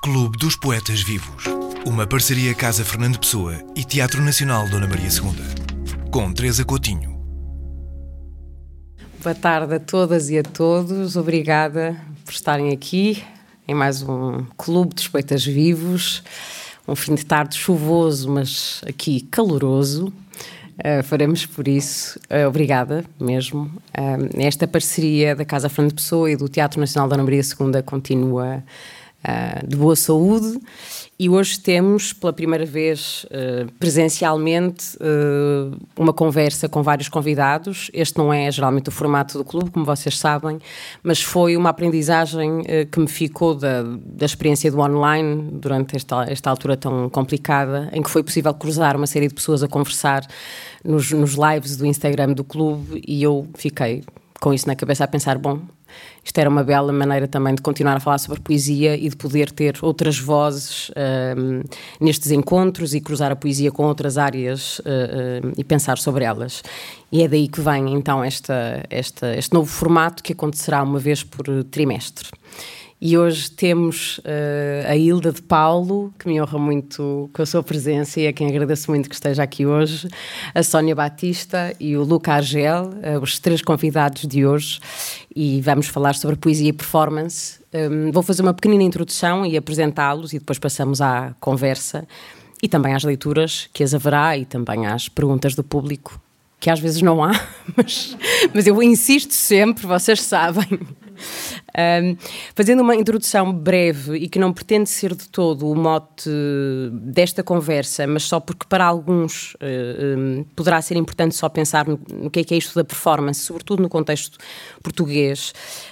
Clube dos Poetas Vivos. Uma parceria Casa Fernando Pessoa e Teatro Nacional Dona Maria II. Com Teresa Coutinho. Boa tarde a todas e a todos. Obrigada por estarem aqui em mais um Clube dos Poetas Vivos. Um fim de tarde chuvoso, mas aqui caloroso. Faremos por isso. Obrigada mesmo. Esta parceria da Casa Fernando Pessoa e do Teatro Nacional Dona Maria II continua de boa saúde, e hoje temos pela primeira vez presencialmente uma conversa com vários convidados. Este não é geralmente o formato do clube, como vocês sabem, mas foi uma aprendizagem que me ficou da experiência do online durante esta altura tão complicada, em que foi possível cruzar uma série de pessoas a conversar nos lives do Instagram do clube, e eu fiquei com isso na cabeça a pensar, bom, isto era uma bela maneira também de continuar a falar sobre poesia e de poder ter outras vozes nestes encontros e cruzar a poesia com outras áreas e pensar sobre elas. E é daí que vem então este novo formato que acontecerá uma vez por trimestre. E hoje temos a Hilda de Paulo, que me honra muito com a sua presença e a quem agradeço muito que esteja aqui hoje, a Sónia Batista e o Luca Argel, os três convidados de hoje, e vamos falar sobre poesia e performance. Vou fazer uma pequenina introdução e apresentá-los, e depois passamos à conversa e também às leituras que as haverá e também às perguntas do público, que às vezes não há, mas eu insisto sempre, vocês sabem. Fazendo uma introdução breve e que não pretende ser de todo o mote desta conversa, mas só porque para alguns poderá ser importante só pensar no que é isto da performance, sobretudo no contexto português,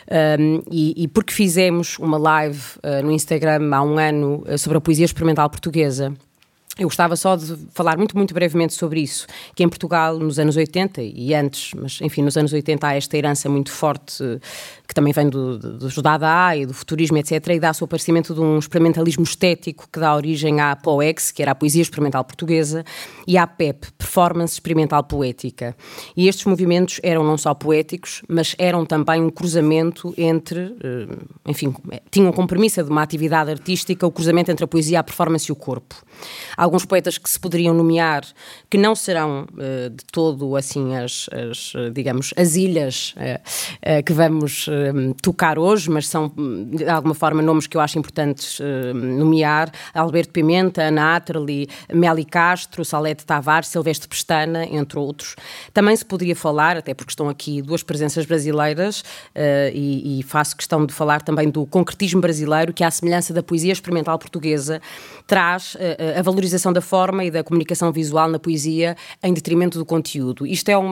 e porque fizemos uma live no Instagram há um ano sobre a poesia experimental portuguesa. Eu gostava só de falar muito, muito brevemente sobre isso, que em Portugal, nos anos 80 e antes, mas enfim, nos anos 80 há esta herança muito forte, que também vem do Dada e do futurismo, etc., e dá-se o aparecimento de um experimentalismo estético que dá origem à POEX, que era a Poesia Experimental Portuguesa, e à PEP, Performance Experimental Poética. E estes movimentos eram não só poéticos, mas eram também um cruzamento entre, enfim, tinham como premissa de uma atividade artística o cruzamento entre a poesia, a performance e o corpo. Alguns poetas que se poderiam nomear, que não serão de todo assim digamos, as ilhas que vamos tocar hoje, mas são de alguma forma nomes que eu acho importantes nomear: Alberto Pimenta, Ana Atterley, Meli Castro, Salete Tavares, Silvestre Pestana, entre outros. Também se poderia falar, até porque estão aqui duas presenças brasileiras, e faço questão de falar também do concretismo brasileiro, que à semelhança da poesia experimental portuguesa traz a valorização da forma e da comunicação visual na poesia em detrimento do conteúdo. Isto é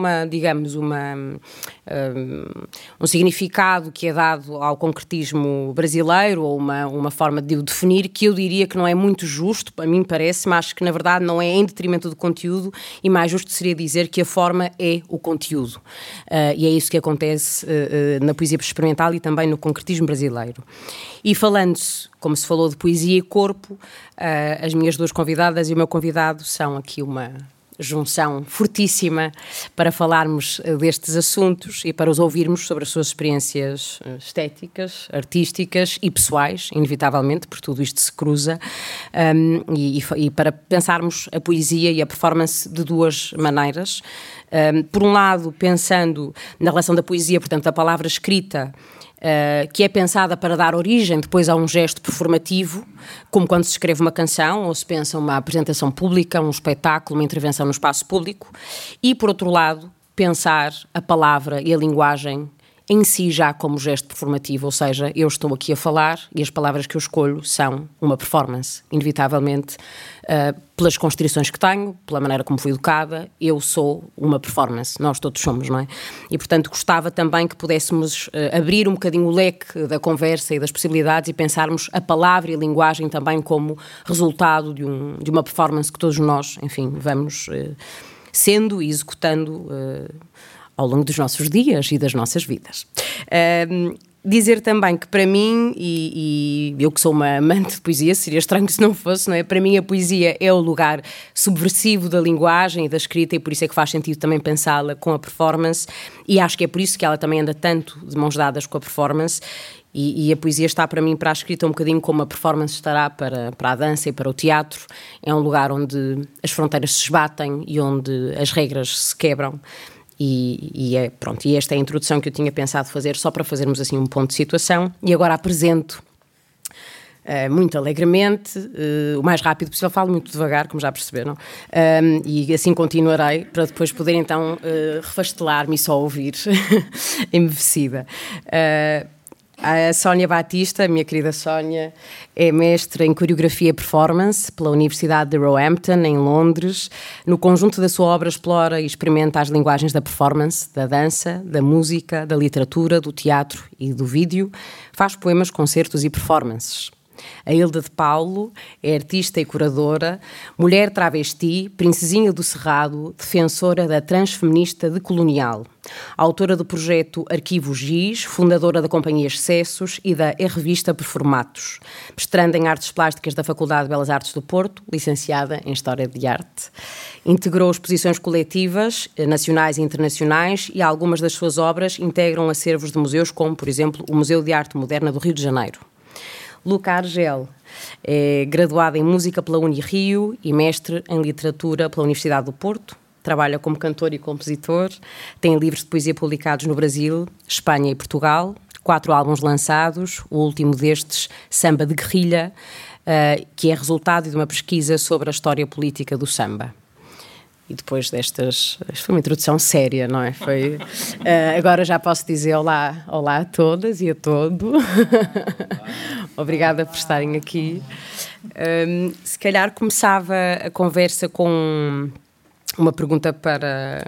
um significado que é dado ao concretismo brasileiro, ou uma forma de o definir, que eu diria que não é muito justo, a mim parece-me, acho que na verdade não é em detrimento do conteúdo, e mais justo seria dizer que a forma é o conteúdo. E é isso que acontece na poesia experimental e também no concretismo brasileiro. E falando-se, como se falou, de poesia e corpo, as minhas duas convidadas e o meu convidado são aqui uma junção fortíssima para falarmos destes assuntos e para os ouvirmos sobre as suas experiências estéticas, artísticas e pessoais, inevitavelmente, porque tudo isto se cruza, e para pensarmos a poesia e a performance de duas maneiras. Por um lado, pensando na relação da poesia, portanto, da palavra escrita, que é pensada para dar origem depois a um gesto performativo, como quando se escreve uma canção ou se pensa uma apresentação pública, um espetáculo, uma intervenção no espaço público, e, por outro lado, pensar a palavra e a linguagem em si já como gesto performativo, ou seja, eu estou aqui a falar e as palavras que eu escolho são uma performance, inevitavelmente, pelas constrições que tenho, pela maneira como fui educada, eu sou uma performance, nós todos somos, não é? E, portanto, gostava também que pudéssemos abrir um bocadinho o leque da conversa e das possibilidades e pensarmos a palavra e a linguagem também como resultado de uma performance que todos nós, enfim, vamos sendo e executando ao longo dos nossos dias e das nossas vidas. Dizer também que para mim, e eu que sou uma amante de poesia, seria estranho se não fosse, não é? Para mim a poesia é o lugar subversivo da linguagem e da escrita, e por isso é que faz sentido também pensá-la com a performance, e acho que é por isso que ela também anda tanto de mãos dadas com a performance. E a poesia está para mim, para a escrita, um bocadinho como a performance estará para a dança e para o teatro. É um lugar onde as fronteiras se esbatem e onde as regras se quebram. E esta é a introdução que eu tinha pensado fazer, só para fazermos assim um ponto de situação. E agora apresento muito alegremente, o mais rápido possível, falo muito devagar, como já perceberam, e assim continuarei, para depois poder então refastelar-me e só ouvir embevecida. A Sónia Batista, a minha querida Sónia, é mestre em Coreografia e Performance pela Universidade de Roehampton, em Londres. No conjunto da sua obra explora e experimenta as linguagens da performance, da dança, da música, da literatura, do teatro e do vídeo. Faz poemas, concertos e performances. A Hilda de Paulo é artista e curadora, mulher travesti, princesinha do Cerrado, defensora da transfeminista decolonial, autora do projeto Arquivo Giz, fundadora da Companhia Excessos e da E-Revista Performatos, mestranda em Artes Plásticas da Faculdade de Belas Artes do Porto, licenciada em História de Arte. Integrou exposições coletivas, nacionais e internacionais, e algumas das suas obras integram acervos de museus como, por exemplo, o Museu de Arte Moderna do Rio de Janeiro. Luca Argel é graduada em Música pela Unirio e mestre em Literatura pela Universidade do Porto. Trabalha como cantor e compositor. Tem livros de poesia publicados no Brasil, Espanha e Portugal. 4 álbuns lançados, o último destes, Samba de Guerrilha, que é resultado de uma pesquisa sobre a história política do samba. E depois destas... Foi uma introdução séria, não é? Agora já posso dizer olá a todas e a todo. Obrigada por estarem aqui. Se calhar começava a conversa com uma pergunta para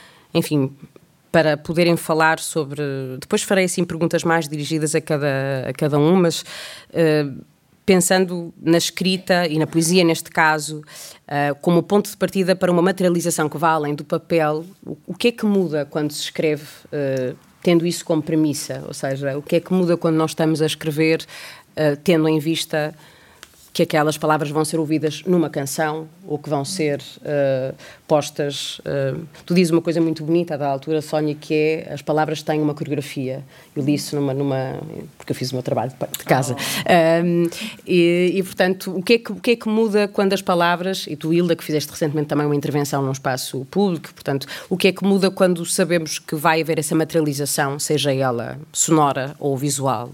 poderem falar sobre... Depois farei assim perguntas mais dirigidas a cada um, mas... pensando na escrita e na poesia, neste caso, como ponto de partida para uma materialização que vá além do papel, o que é que muda quando se escreve, tendo isso como premissa? Ou seja, o que é que muda quando nós estamos a escrever, tendo em vista que aquelas palavras vão ser ouvidas numa canção ou que vão ser postas... tu dizes uma coisa muito bonita a da altura, Sónia, que é as palavras têm uma coreografia. Eu li isso porque eu fiz o meu trabalho de casa. Portanto, o que é que muda quando as palavras... E tu, Hilda, que fizeste recentemente também uma intervenção num espaço público, portanto, o que é que muda quando sabemos que vai haver essa materialização, seja ela sonora ou visual?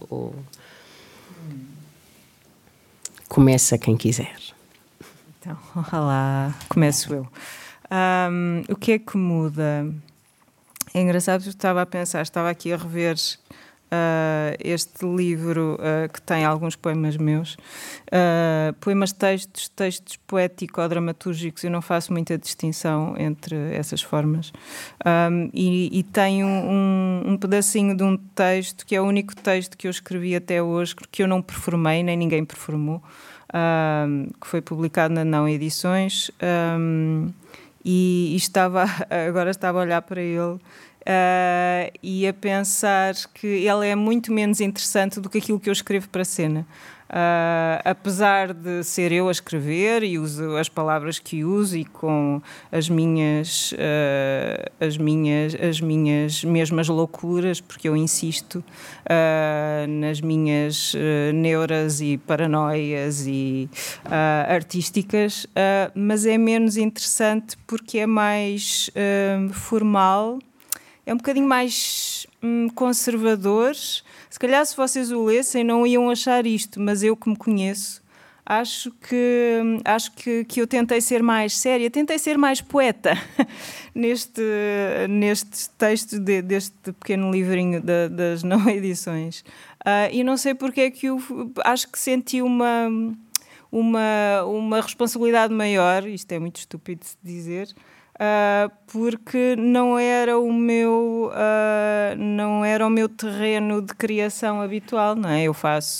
Começa quem quiser. Então, olá, começo eu. O que é que muda? É engraçado porque estava aqui a rever este livro que tem alguns poemas meus, poemas textos poético-dramatúrgicos. Eu não faço muita distinção entre essas formas, e tem um pedacinho de um texto que é o único texto que eu escrevi até hoje, que eu não performei, nem ninguém performou, que foi publicado na Não Edições, e agora estava a olhar para ele e a pensar que ele é muito menos interessante do que aquilo que eu escrevo para a cena. Apesar de ser eu a escrever e uso as palavras que uso e com as minhas mesmas loucuras, porque eu insisto nas minhas neuras e paranoias e artísticas, mas é menos interessante porque é mais formal, é um bocadinho mais conservador. Se calhar se vocês o lessem não iam achar isto, mas eu que me conheço acho que eu tentei ser mais séria, tentei ser mais poeta neste texto deste pequeno livrinho das Não Edições, e não sei porque é que acho que senti uma responsabilidade maior, isto é muito estúpido de se dizer, porque não era o meu terreno de criação habitual, não é?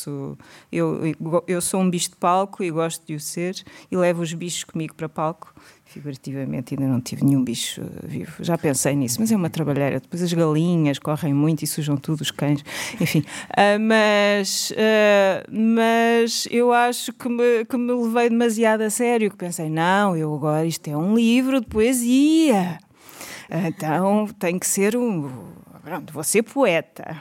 Eu sou um bicho de palco e gosto de o ser, e levo os bichos comigo para palco. Figurativamente ainda não tive nenhum bicho vivo, já pensei nisso, mas é uma trabalheira. Depois as galinhas correm muito e sujam tudo, os cães, enfim. Mas eu acho que me levei demasiado a sério, que pensei, não, eu agora isto é um livro de poesia, então tem que ser pronto, vou ser poeta.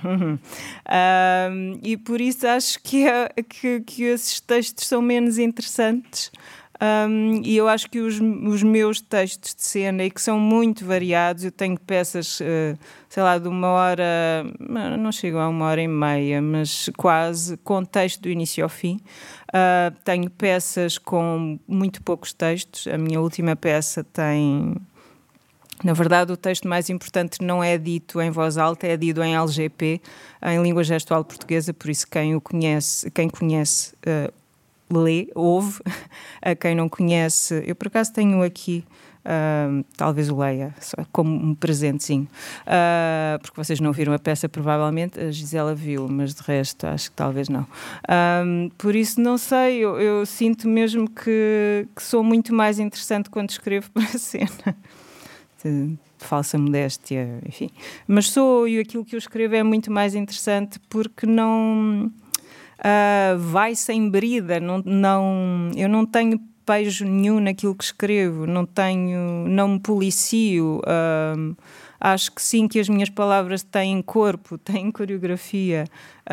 E por isso acho que esses textos são menos interessantes. E eu acho que os meus textos de cena, e que são muito variados, eu tenho peças, sei lá, de 1 hora, não chego a 1h30, mas quase, com texto do início ao fim. Tenho peças com muito poucos textos. A minha última peça tem... Na verdade, o texto mais importante não é dito em voz alta, é dito em LGP, em língua gestual portuguesa, por isso quem conhece lê, ouve. A quem não conhece, eu por acaso tenho aqui, talvez o leia, só como um presentezinho, porque vocês não viram a peça provavelmente, a Gisela viu, mas de resto acho que talvez não. Por isso não sei, eu sinto mesmo que sou muito mais interessante quando escrevo para a cena. Falsa modéstia, enfim. Mas e aquilo que eu escrevo é muito mais interessante porque não... vai sem brida, eu não tenho pejo nenhum naquilo que escrevo, não me policio. Acho que sim, que as minhas palavras têm corpo, têm coreografia,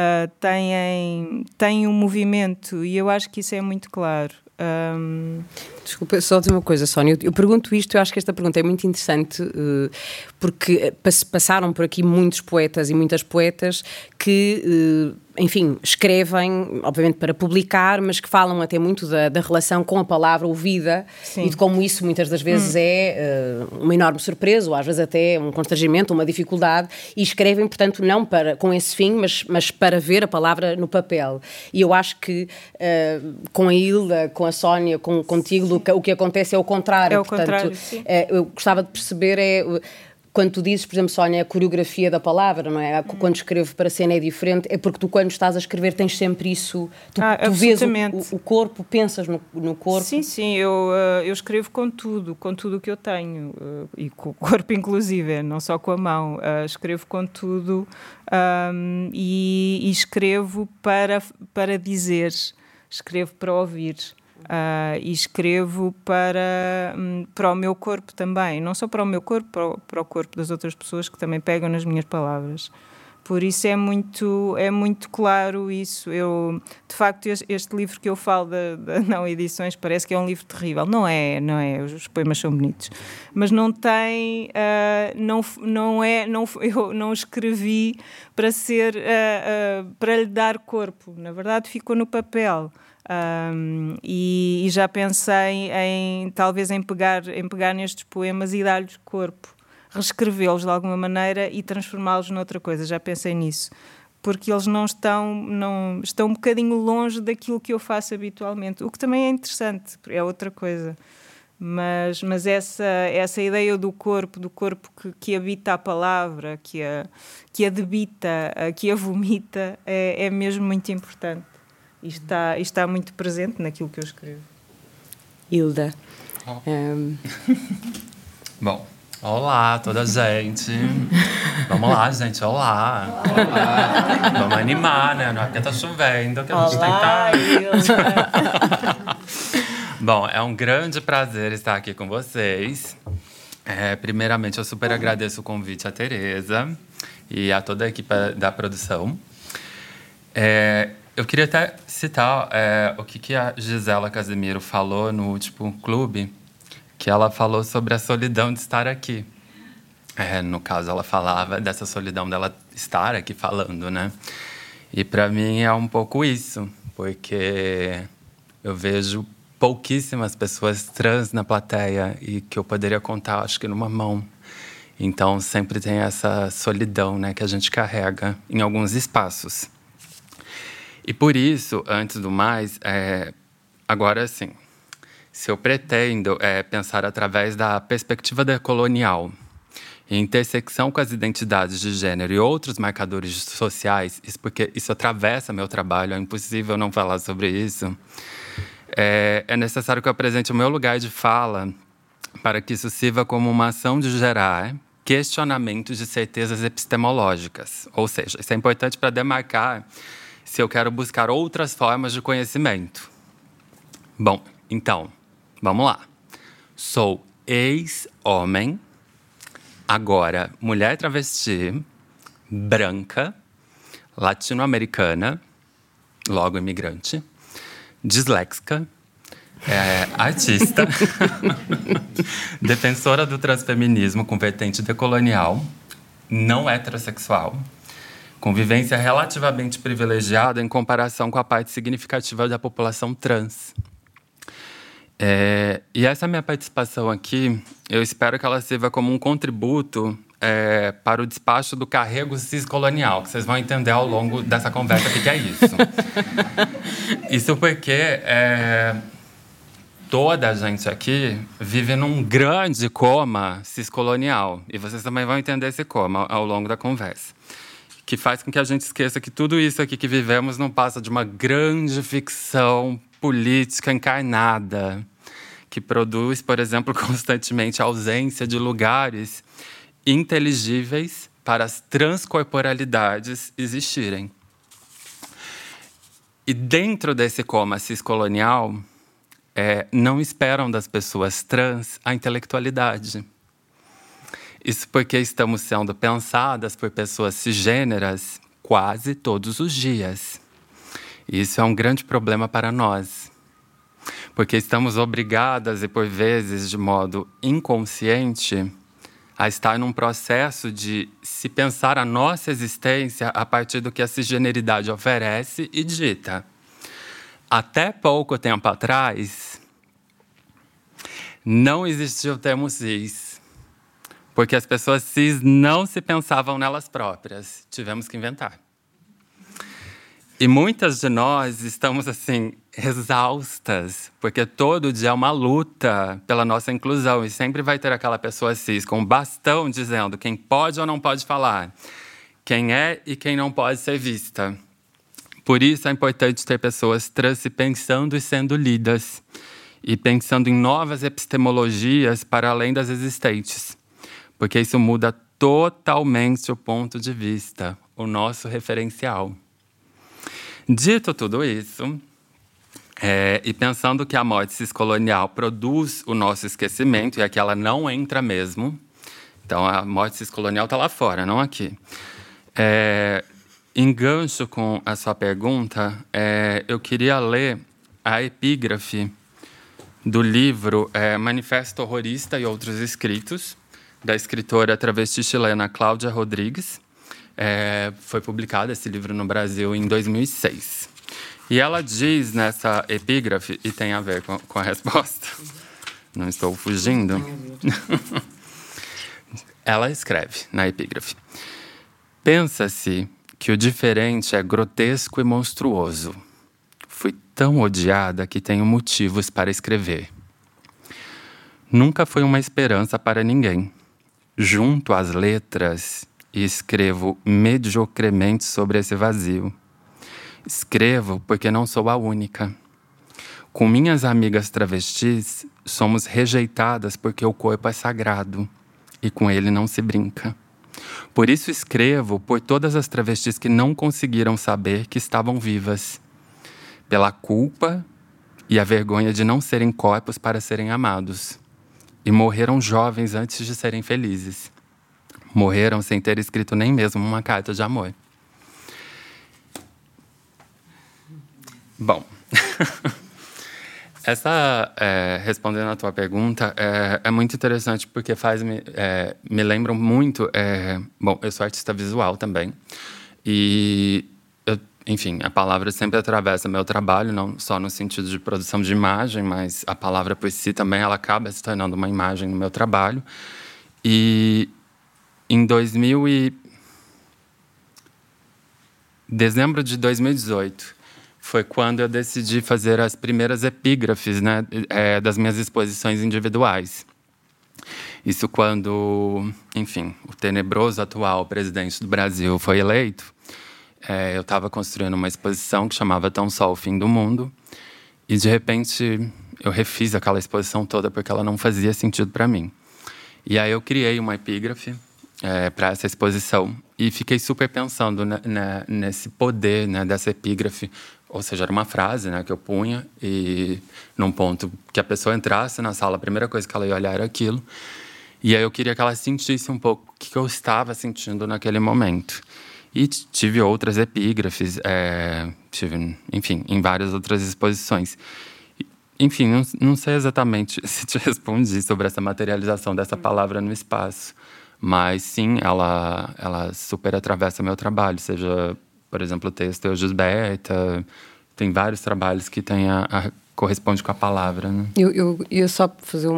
têm um movimento, e eu acho que isso é muito claro. Desculpa, só dizer uma coisa, Sónia. Eu pergunto isto, eu acho que esta pergunta é muito interessante, porque passaram por aqui muitos poetas e muitas poetas que, enfim, escrevem, obviamente para publicar, mas que falam até muito da relação com a palavra ouvida. Sim. E de como isso muitas das vezes é uma enorme surpresa, ou às vezes até um constrangimento, uma dificuldade, e escrevem, portanto, não com esse fim, mas para ver a palavra no papel. E eu acho que com a Hilda, com a Sónia, contigo, o que acontece é o contrário. É o contrário, sim. Eu gostava de perceber, quando tu dizes, por exemplo, Sónia, a coreografia da palavra, não é? Quando escrevo para cena é diferente, é porque tu, quando estás a escrever, tens sempre isso. Tu vês o corpo, pensas no corpo. Sim, eu escrevo com tudo o que eu tenho, e com o corpo inclusive, não só com a mão. Escrevo com tudo, e escrevo para dizer, escrevo para ouvir. E escrevo para o meu corpo também, não só para o meu corpo, para o corpo das outras pessoas que também pegam nas minhas palavras. Por isso é muito claro isso. De facto, este livro que eu falo da Não Edições parece que é um livro terrível. Não é, os poemas são bonitos, mas não tem, eu não escrevi para ser, para lhe dar corpo. Na verdade, ficou no papel. E já pensei talvez em pegar nestes poemas e dar-lhes corpo, reescrevê-los de alguma maneira e transformá-los noutra coisa. Já pensei nisso, porque eles estão um bocadinho longe daquilo que eu faço habitualmente, o que também é interessante, é outra coisa. Mas essa ideia do corpo que habita a palavra, que a debita, que a vomita, é mesmo muito importante. E está muito presente naquilo que eu escrevo. Hilda. Bom, olá toda a gente. Vamos lá, gente, olá. Vamos animar, né? Não é porque tá chovendo que a gente olá, tem que... Bom, é um grande prazer estar aqui com vocês. Primeiramente, eu super agradeço o convite à Tereza e a toda a equipe da produção. Eu queria até citar o que a Gisela Casimiro falou no último clube, que ela falou sobre a solidão de estar aqui. No caso, ela falava dessa solidão dela estar aqui falando, né? E para mim é um pouco isso, porque eu vejo pouquíssimas pessoas trans na plateia e que eu poderia contar, acho que numa mão. Então, sempre tem essa solidão, né, que a gente carrega em alguns espaços. E por isso, antes do mais, agora sim, se eu pretendo pensar através da perspectiva decolonial, em intersecção com as identidades de gênero e outros marcadores sociais, porque isso atravessa meu trabalho, é impossível não falar sobre isso, é necessário que eu apresente o meu lugar de fala para que isso sirva como uma ação de gerar questionamentos de certezas epistemológicas. Ou seja, isso é importante para demarcar se eu quero buscar outras formas de conhecimento. Bom, então, vamos lá. Sou ex-homem, agora mulher travesti, branca, latino-americana, logo imigrante, disléxica, artista, defensora do transfeminismo com vertente decolonial, não heterossexual, com vivência relativamente privilegiada em comparação com a parte significativa da população trans. E essa minha participação aqui, eu espero que ela sirva como um contributo para o despacho do carrego ciscolonial, que vocês vão entender ao longo dessa conversa o que é isso. Isso porque toda a gente aqui vive num grande coma ciscolonial, e vocês também vão entender esse coma ao longo da conversa, que faz com que a gente esqueça que tudo isso aqui que vivemos não passa de uma grande ficção política encarnada, que produz, por exemplo, constantemente a ausência de lugares inteligíveis para as transcorporalidades existirem. E dentro desse coma ciscolonial, não esperam das pessoas trans a intelectualidade. Isso porque estamos sendo pensadas por pessoas cisgêneras quase todos os dias. E isso é um grande problema para nós, porque estamos obrigadas, e por vezes de modo inconsciente, a estar num processo de se pensar a nossa existência a partir do que a cisgeneridade oferece e dita. Até pouco tempo atrás, não existia o termo cis, porque as pessoas cis não se pensavam nelas próprias. Tivemos que inventar. E muitas de nós estamos, assim, exaustas, porque todo dia é uma luta pela nossa inclusão. E sempre vai ter aquela pessoa cis com um bastão dizendo quem pode ou não pode falar, quem é e quem não pode ser vista. Por isso é importante ter pessoas trans se pensando e sendo lidas, e pensando em novas epistemologias para além das existentes, porque isso muda totalmente o ponto de vista, o nosso referencial. Dito tudo isso, e pensando que a morte ciscolonial produz o nosso esquecimento, e aqui ela não entra mesmo, então a morte ciscolonial está lá fora, não aqui. Em gancho com a sua pergunta, eu queria ler a epígrafe do livro Manifesto Horrorista e Outros Escritos, da escritora travesti chilena Cláudia Rodrigues. Foi publicado esse livro no Brasil em 2006. E ela diz nessa epígrafe, e tem a ver com a resposta, não estou fugindo. Ela escreve na epígrafe: pensa-se que o diferente é grotesco e monstruoso. Fui tão odiada que tenho motivos para escrever. Nunca foi uma esperança para ninguém. Junto às letras e escrevo mediocremente sobre esse vazio. Escrevo porque não sou a única. Com minhas amigas travestis, somos rejeitadas porque o corpo é sagrado e com ele não se brinca. Por isso escrevo por todas as travestis que não conseguiram saber que estavam vivas, pela culpa e a vergonha de não serem corpos para serem amados, e morreram jovens antes de serem felizes. Morreram sem ter escrito nem mesmo uma carta de amor. Bom, respondendo à tua pergunta, é muito interessante porque me lembram muito... bom, eu sou artista visual também. E, enfim, a palavra sempre atravessa meu trabalho, não só no sentido de produção de imagem, mas a palavra por si também, ela acaba se tornando uma imagem no meu trabalho. E em dezembro de 2018, foi quando eu decidi fazer as primeiras epígrafes, né, das minhas exposições individuais. Isso quando, enfim, o tenebroso atual presidente do Brasil foi eleito. Eu estava construindo uma exposição que chamava Tão Só o Fim do Mundo. E, de repente, eu refiz aquela exposição toda porque ela não fazia sentido para mim. E aí eu criei uma epígrafe para essa exposição. E fiquei super pensando nesse poder, né, dessa epígrafe. Ou seja, era uma frase, né, que eu punha e num ponto que a pessoa entrasse na sala, a primeira coisa que ela ia olhar era aquilo. E aí eu queria que ela sentisse um pouco o que eu estava sentindo naquele momento. E tive outras epígrafes, enfim, em várias outras exposições. Enfim, não sei exatamente se te respondi sobre essa materialização dessa palavra no espaço. Mas sim, ela super atravessa meu trabalho. Seja, por exemplo, o texto Eu Gisberta. Tem vários trabalhos que corresponde com a palavra, né? Eu ia só fazer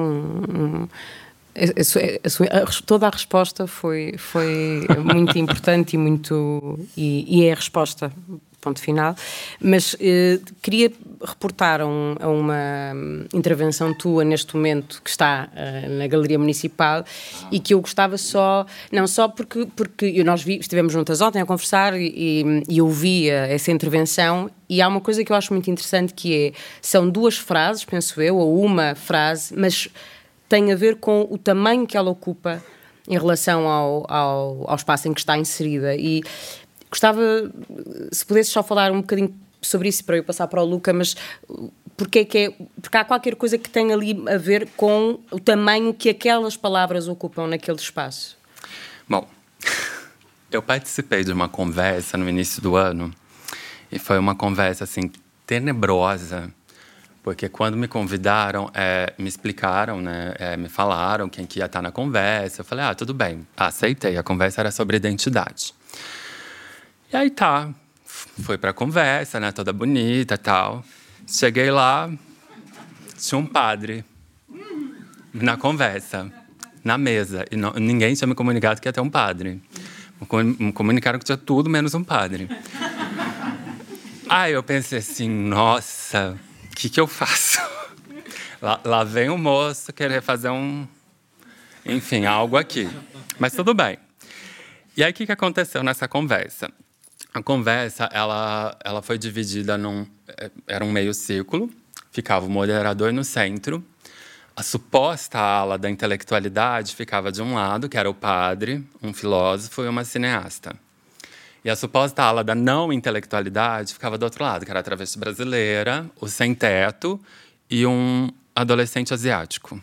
toda a resposta foi muito importante e é a resposta, ponto final. Mas queria reportar a uma intervenção tua neste momento que está na Galeria Municipal e que eu gostava não só porque nós estivemos juntas ontem a conversar e eu vi essa intervenção, e há uma coisa que eu acho muito interessante, que são 2 frases, penso eu, ou uma frase, mas tem a ver com o tamanho que ela ocupa em relação ao espaço em que está inserida. E gostava, se pudesses só falar um bocadinho sobre isso para eu passar para o Luca, mas porque há qualquer coisa que tem ali a ver com o tamanho que aquelas palavras ocupam naquele espaço. Bom, eu participei de uma conversa no início do ano e foi uma conversa, assim, tenebrosa. Porque quando me convidaram, me explicaram, né? Me falaram quem que ia estar na conversa. Eu falei, tudo bem, aceitei. A conversa era sobre identidade. E aí fui pra conversa, né? Toda bonita e tal. Cheguei lá, tinha um padre na conversa, na mesa. E ninguém tinha me comunicado que ia ter um padre. Me comunicaram que tinha tudo menos um padre. Aí eu pensei assim, nossa... O que eu faço? Lá vem o moço querer fazer enfim, algo aqui. Mas tudo bem. E aí, o que aconteceu nessa conversa? A conversa, ela foi dividida era um meio círculo. Ficava o moderador no centro. A suposta ala da intelectualidade ficava de um lado, que era o padre, um filósofo e uma cineasta. E a suposta ala da não intelectualidade ficava do outro lado, que era a travesti brasileira, o sem-teto e um adolescente asiático.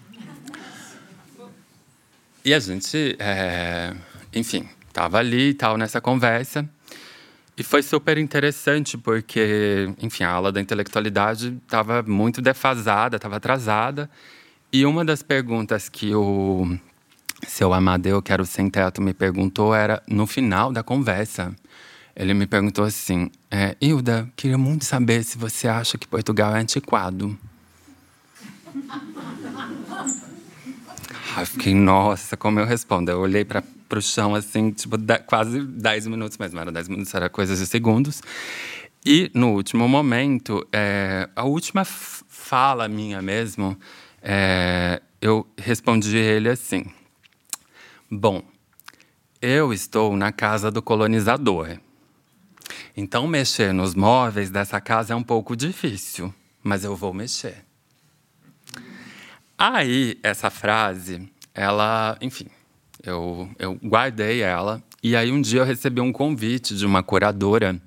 E a gente, enfim, estava ali e tal, nessa conversa. E foi super interessante, porque, enfim, a ala da intelectualidade estava muito defasada, estava atrasada. E uma das perguntas que o seu Amadeu, que era o sem-teto, me perguntou era no final da conversa. Ele me perguntou assim, Hilda, queria muito saber se você acha que Portugal é antiquado. Eu fiquei, nossa, como eu respondo? Eu olhei pro chão, assim, tipo, quase 10 minutos, mas não era 10 minutos, era coisas de segundos. E, no último momento, a última fala minha mesmo, eu respondi a ele assim, bom, eu estou na casa do colonizador. Então, mexer nos móveis dessa casa é um pouco difícil, mas eu vou mexer. Aí, essa frase, ela, enfim, eu guardei ela. E aí, um dia eu recebi um convite de uma curadora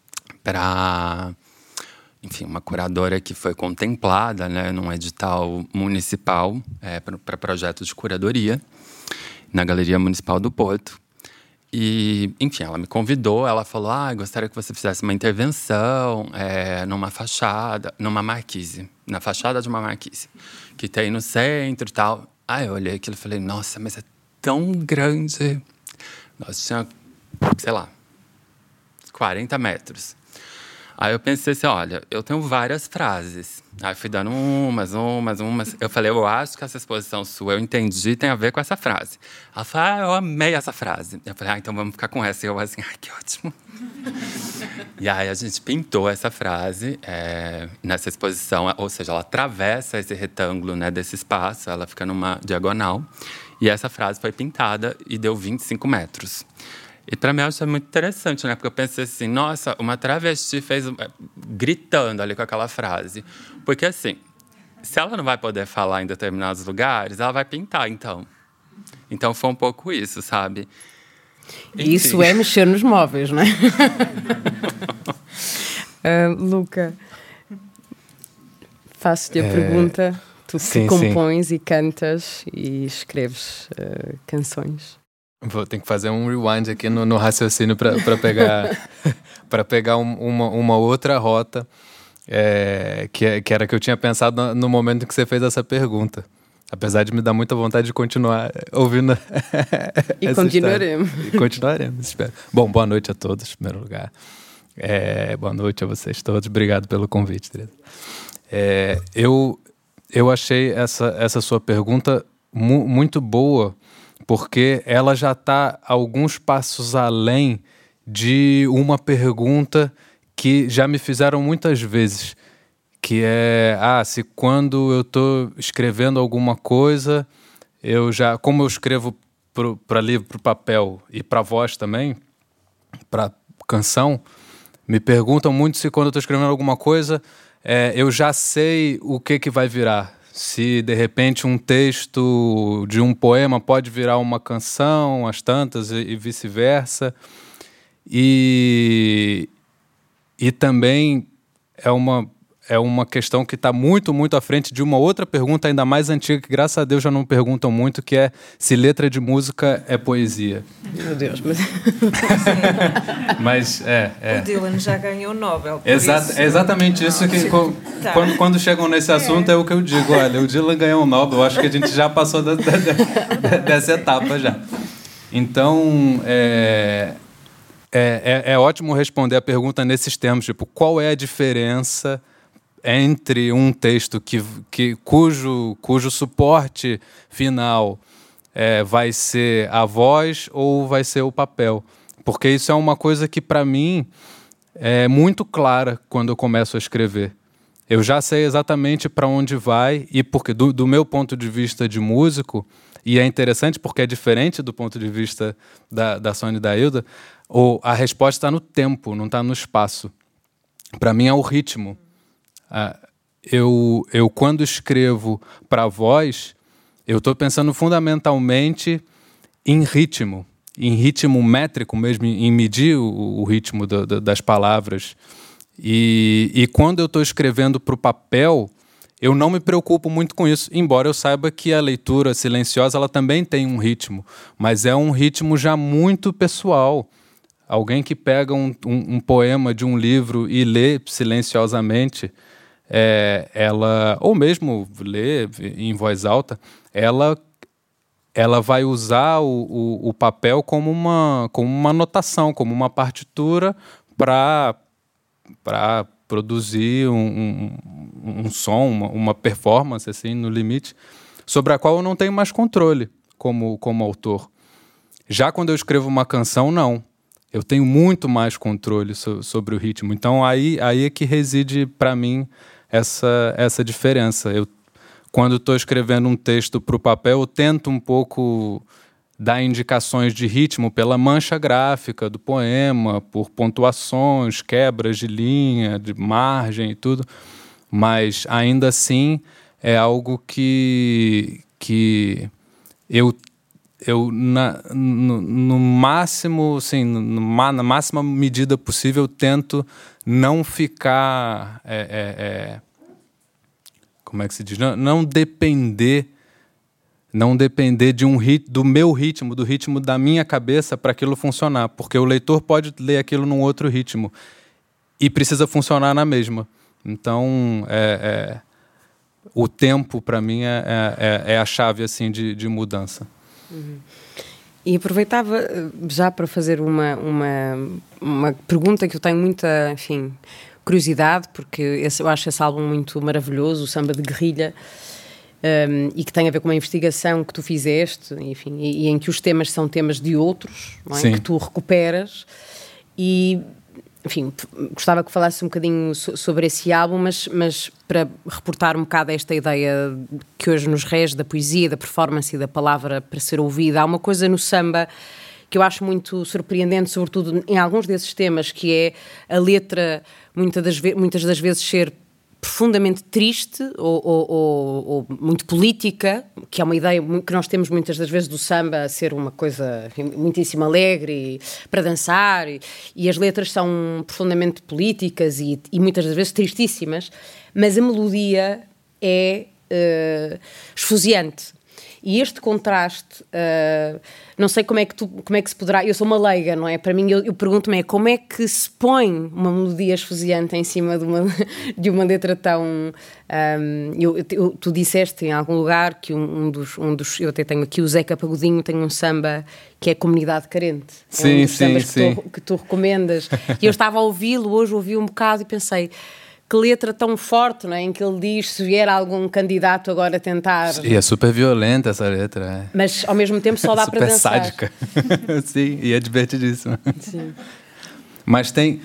enfim, uma curadora que foi contemplada, né, num edital municipal para projeto de curadoria na Galeria Municipal do Porto. E, enfim, ela me convidou, ela falou, gostaria que você fizesse uma intervenção numa fachada, numa marquise, na fachada de uma marquise, que tem no centro e tal. Aí eu olhei aquilo e falei, nossa, mas é tão grande. Nossa, tinha, sei lá, 40 metros. Aí eu pensei assim, olha, eu tenho várias frases. Aí fui dando umas. Eu falei, eu acho que essa exposição sua, eu entendi, tem a ver com essa frase. Ela falou, eu amei essa frase. Eu falei, então vamos ficar com essa. E eu assim, que ótimo. E aí a gente pintou essa frase nessa exposição. Ou seja, ela atravessa esse retângulo, né, desse espaço, ela fica numa diagonal. E essa frase foi pintada e deu 25 metros. E para mim, eu acho muito interessante, né? Porque eu pensei assim, nossa, uma travesti fez gritando ali com aquela frase. Porque, assim, se ela não vai poder falar em determinados lugares, ela vai pintar, então. Então, foi um pouco isso, sabe? Enfim. Isso é mexer nos móveis, não é? Luca, faço-te a pergunta. Tu que compões e cantas e escreves canções. Tenho que fazer um rewind aqui no raciocínio para pegar uma outra rota, que era que eu tinha pensado no momento em que você fez essa pergunta. Apesar de me dar muita vontade de continuar ouvindo e continuaremos. E continuaremos, espero. Bom, boa noite a todos, em primeiro lugar. Boa noite a vocês todos. Obrigado pelo convite, Teresa. Eu achei essa sua pergunta muito boa, porque ela já está alguns passos além de uma pergunta que já me fizeram muitas vezes, que é, se quando eu estou escrevendo alguma coisa, como eu escrevo para livro, para papel e para voz também, para canção, me perguntam muito se quando eu estou escrevendo alguma coisa, eu já sei o que vai virar. Se, de repente, um texto de um poema pode virar uma canção, as tantas, e vice-versa. E também é uma questão que está muito, muito à frente de uma outra pergunta ainda mais antiga, que graças a Deus já não perguntam muito, que é se letra de música é poesia. Meu Deus, mas... Mas O Dylan já ganhou o Nobel. É exatamente isso que quando chegam nesse assunto é o que eu digo. Olha, o Dylan ganhou o Nobel, eu acho que a gente já passou dessa etapa já. Então, é ótimo responder a pergunta nesses termos, tipo, qual é a diferença entre um texto cujo suporte final vai ser a voz ou vai ser o papel. Porque isso é uma coisa que, para mim, é muito clara quando eu começo a escrever. Eu já sei exatamente para onde vai, e porque do meu ponto de vista de músico, e é interessante porque é diferente do ponto de vista da Sônia e da Hilda, a resposta está no tempo, não está no espaço. Para mim é o ritmo. Eu quando escrevo para voz, eu estou pensando fundamentalmente em ritmo métrico mesmo, em medir o ritmo das palavras. E quando eu estou escrevendo para o papel, eu não me preocupo muito com isso, embora eu saiba que a leitura silenciosa ela também tem um ritmo, mas é um ritmo já muito pessoal. Alguém que pega um poema de um livro e lê silenciosamente, ou mesmo lê em voz alta, ela vai usar o papel como uma notação, como uma partitura para produzir um som, uma performance assim, no limite, sobre a qual eu não tenho mais controle como autor. Já quando eu escrevo uma canção, não. Eu tenho muito mais controle sobre o ritmo. Então, aí é que reside, para mim, essa diferença. Quando estou escrevendo um texto para o papel, eu tento um pouco dar indicações de ritmo pela mancha gráfica do poema, por pontuações, quebras de linha, de margem e tudo. Mas, ainda assim, é algo que eu no máximo, assim, na máxima medida possível, tento não ficar, como é que se diz? Não depender do meu ritmo, do ritmo da minha cabeça para aquilo funcionar, porque o leitor pode ler aquilo num outro ritmo e precisa funcionar na mesma. Então, o tempo, para mim, é a chave assim, de mudança. Uhum. E aproveitava já para fazer uma pergunta que eu tenho muita, enfim, curiosidade, porque eu acho esse álbum muito maravilhoso, o Samba de Guerrilha, e que tem a ver com uma investigação que tu fizeste, enfim, e em que os temas são temas de outros, não é? Que tu recuperas, e enfim, gostava que falasse um bocadinho sobre esse álbum, mas para reportar um bocado esta ideia que hoje nos rege da poesia, da performance e da palavra para ser ouvida. Há uma coisa no samba que eu acho muito surpreendente, sobretudo em alguns desses temas, que é a letra muitas das vezes ser profundamente triste ou muito política, que é uma ideia que nós temos muitas das vezes do samba ser uma coisa, enfim, muitíssimo alegre para dançar, e as letras são profundamente políticas e muitas das vezes tristíssimas, mas a melodia é esfuziante. E este contraste, não sei como é que se poderá... Eu sou uma leiga, não é? Para mim, eu pergunto-me como é que se põe uma melodia esfuziante em cima de uma letra tão... tu disseste em algum lugar que um dos... Eu até tenho aqui o Zeca Pagodinho, tem um samba que é Comunidade Carente. Sim, um dos sambas sim. que tu recomendas. E eu estava a ouvi-lo, hoje ouvi um bocado e pensei... Que letra tão forte, não é? Em que ele diz se vier algum candidato agora a tentar... E é super violenta essa letra. É. Mas, ao mesmo tempo, só dá para dançar. Super sádica. Sim, e é divertidíssima. Sim. Mas tem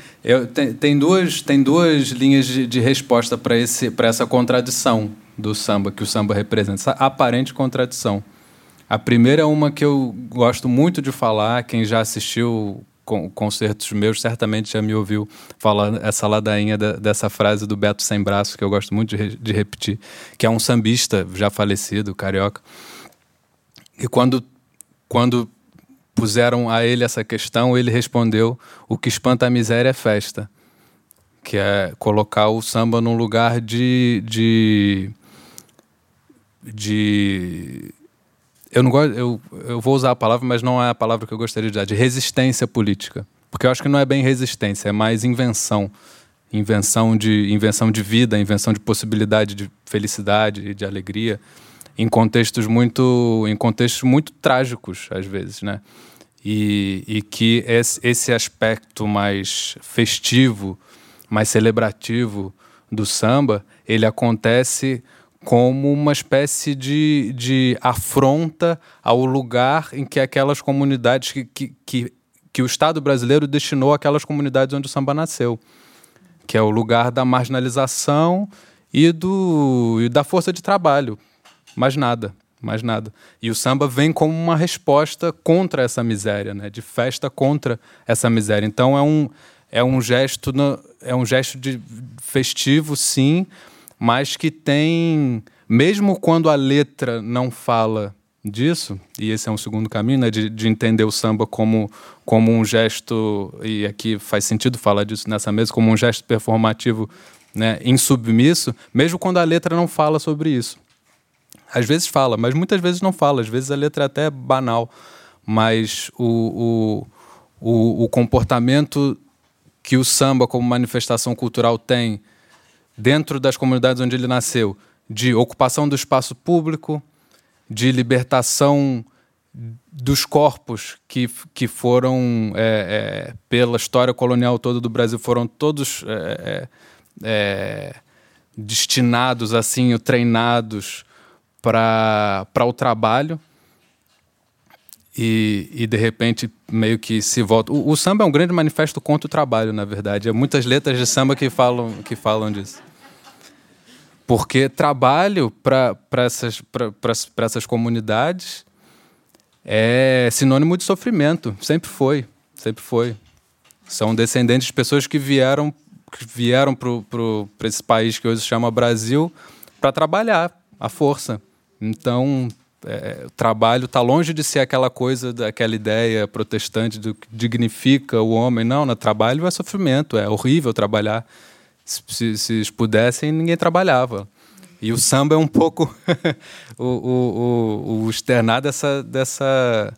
duas linhas de resposta para essa contradição do samba, que o samba representa, essa aparente contradição. A primeira é uma que eu gosto muito de falar, quem já assistiu concertos meus certamente já me ouviu falar essa ladainha dessa frase do Beto Sem Braço, que eu gosto muito de repetir, que é um sambista já falecido, carioca. E quando puseram a ele essa questão, ele respondeu: o que espanta a miséria é festa, que é colocar o samba num lugar de eu não gosto, eu vou usar a palavra, mas não é a palavra que eu gostaria de dar, de resistência política. Porque eu acho que não é bem resistência, é mais invenção. Invenção de vida, invenção de possibilidade de felicidade e de alegria, em contextos muito trágicos, às vezes, né? E que esse aspecto mais festivo, mais celebrativo do samba, ele acontece como uma espécie de afronta ao lugar em que aquelas comunidades que o Estado brasileiro destinou àquelas comunidades onde o samba nasceu, que é o lugar da marginalização e da força de trabalho. Mais nada. E o samba vem como uma resposta contra essa miséria, né? De festa contra essa miséria. Então é um gesto de festivo, sim, mas que tem, mesmo quando a letra não fala disso, e esse é um segundo caminho, né, de entender o samba como um gesto, e aqui faz sentido falar disso nessa mesa, como um gesto performativo, né, insubmisso, mesmo quando a letra não fala sobre isso. Às vezes fala, mas muitas vezes não fala, às vezes a letra é até banal, mas o comportamento que o samba como manifestação cultural tem dentro das comunidades onde ele nasceu, de ocupação do espaço público, de libertação dos corpos que foram, pela história colonial toda do Brasil, foram todos destinados, assim, treinados para o trabalho, e de repente meio que se volta. O samba é um grande manifesto contra o trabalho, na verdade. Há muitas letras de samba que falam disso. Porque trabalho para essas comunidades é sinônimo de sofrimento. Sempre foi. São descendentes de pessoas que vieram para esse país que hoje se chama Brasil para trabalhar à força. Então, o trabalho está longe de ser aquela coisa, daquela ideia protestante do que dignifica o homem. Não, trabalho é sofrimento, é horrível trabalhar. Se eles pudessem, ninguém trabalhava. E o samba é um pouco o externar dessa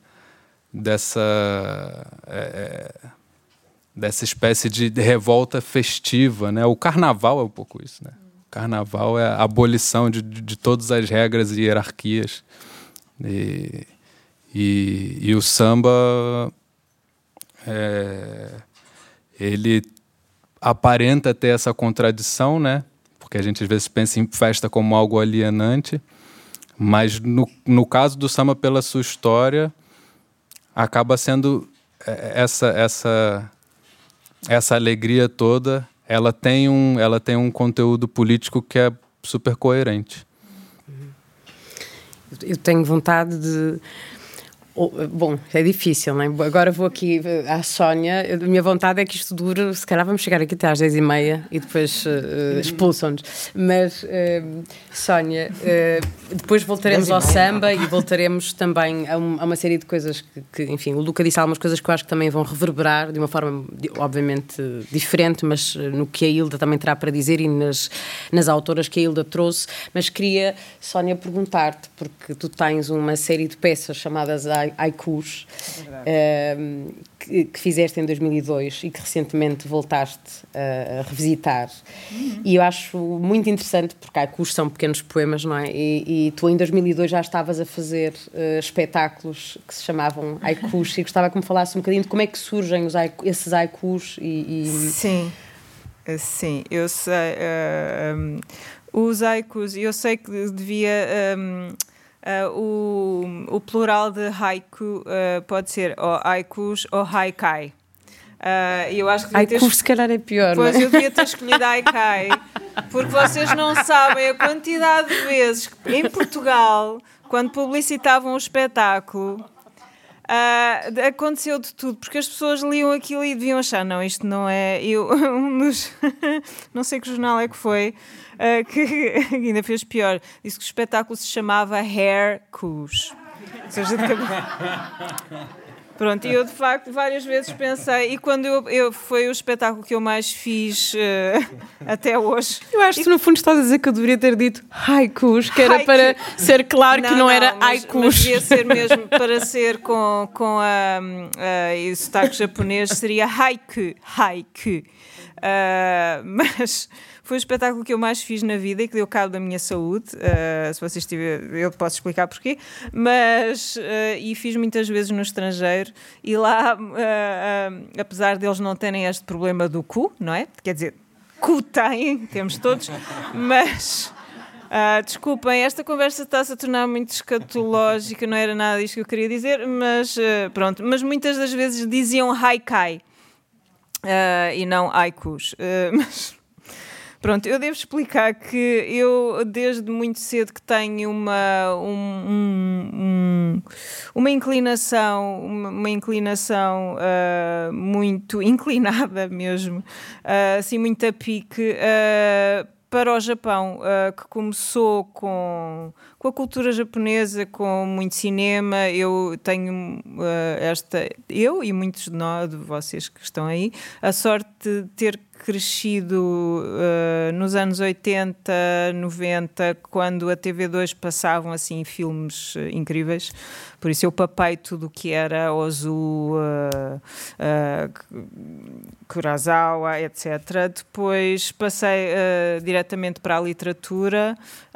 espécie de revolta festiva, né? O carnaval é um pouco isso, né? O carnaval é a abolição de todas as regras e hierarquias. E o samba, ele aparenta ter essa contradição, né? Porque a gente às vezes pensa em festa como algo alienante, mas no caso do samba, pela sua história, acaba sendo essa alegria toda, ela tem um conteúdo político que é super coerente. Eu tenho vontade de Bom, é difícil, não é? Agora vou aqui à Sónia. A minha vontade é que isto dure, se calhar vamos chegar aqui até às 10h30 e depois expulsam-nos. Mas, Sónia, depois voltaremos ao samba e voltaremos também a uma série de coisas que, enfim, o Luca disse algumas coisas que eu acho que também vão reverberar de uma forma, obviamente, diferente, mas no que a Hilda também terá para dizer e nas autoras que a Hilda trouxe. Mas queria, Sónia, perguntar-te, porque tu tens uma série de peças chamadas haikus, que fizeste em 2002 e que recentemente voltaste a revisitar. E eu acho muito interessante, porque haikus são pequenos poemas, não é? E tu em 2002 já estavas a fazer espetáculos que se chamavam haikus, e gostava que me falasse um bocadinho de como é que surgem esses haikus Sim, eu sei. Os haikus, eu sei que devia... o plural de haiku pode ser ou haikus ou haikai. Eu acho que haikus se calhar é pior, pois não é? eu devia ter escolhido haikai, porque vocês não sabem a quantidade de vezes que em Portugal, quando publicitavam o espetáculo, aconteceu de tudo, porque as pessoas liam aquilo e deviam achar, não, isto não é... não sei que jornal é que foi, que ainda fez pior, disse que o espetáculo se chamava Hairkus. Ou seja, pronto, e eu de facto várias vezes pensei, e quando foi o espetáculo que eu mais fiz até hoje. Eu acho que no fundo estás a dizer que eu deveria ter dito haikus, que era para ser claro que não era haikus. Mas devia ser mesmo, para ser com o sotaque japonês, seria haiku. Mas foi o espetáculo que eu mais fiz na vida e que deu cabo da minha saúde. Se vocês tiverem, eu posso explicar porquê, mas e fiz muitas vezes no estrangeiro, e lá, apesar deles não terem este problema do cu, não é? Quer dizer, cu temos todos, mas... desculpem, esta conversa está-se a tornar muito escatológica, não era nada disto que eu queria dizer, mas pronto. Mas muitas das vezes diziam haikai e não haikus. Mas pronto, eu devo explicar que eu desde muito cedo que tenho uma inclinação muito inclinada mesmo, assim muito a pique, para o Japão, que começou com a cultura japonesa, com muito cinema. Eu tenho eu e muitos de vocês que estão aí, a sorte de ter crescido nos anos 80, 90, quando a TV2 passavam assim filmes incríveis. Por isso eu papei tudo o que era Ozu, Kurosawa, etc. Depois passei diretamente para a literatura.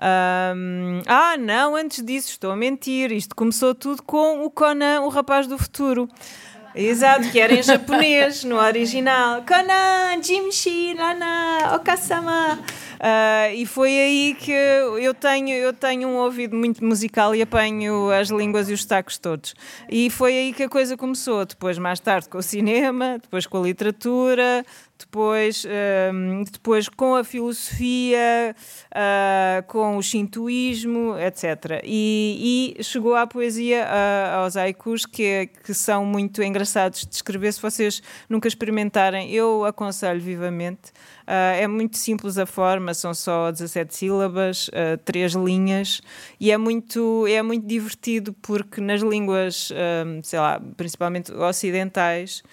Não, antes disso, estou a mentir. Isto começou tudo com o Conan, o Rapaz do Futuro. Exato, que era em japonês, no original. Conan, Jimshi, Nana, Okasama. E foi aí que eu tenho um ouvido muito musical e apanho as línguas e os sotaques todos. E foi aí que a coisa começou. Depois, mais tarde, com o cinema, depois com a literatura, depois com a filosofia, com o shintoísmo, etc. E chegou à poesia, aos haikus, que são muito engraçados de escrever. Se vocês nunca experimentarem, eu aconselho vivamente. É muito simples a forma, são só 17 sílabas, 3 linhas, e é muito divertido, porque nas línguas, sei lá, principalmente ocidentais,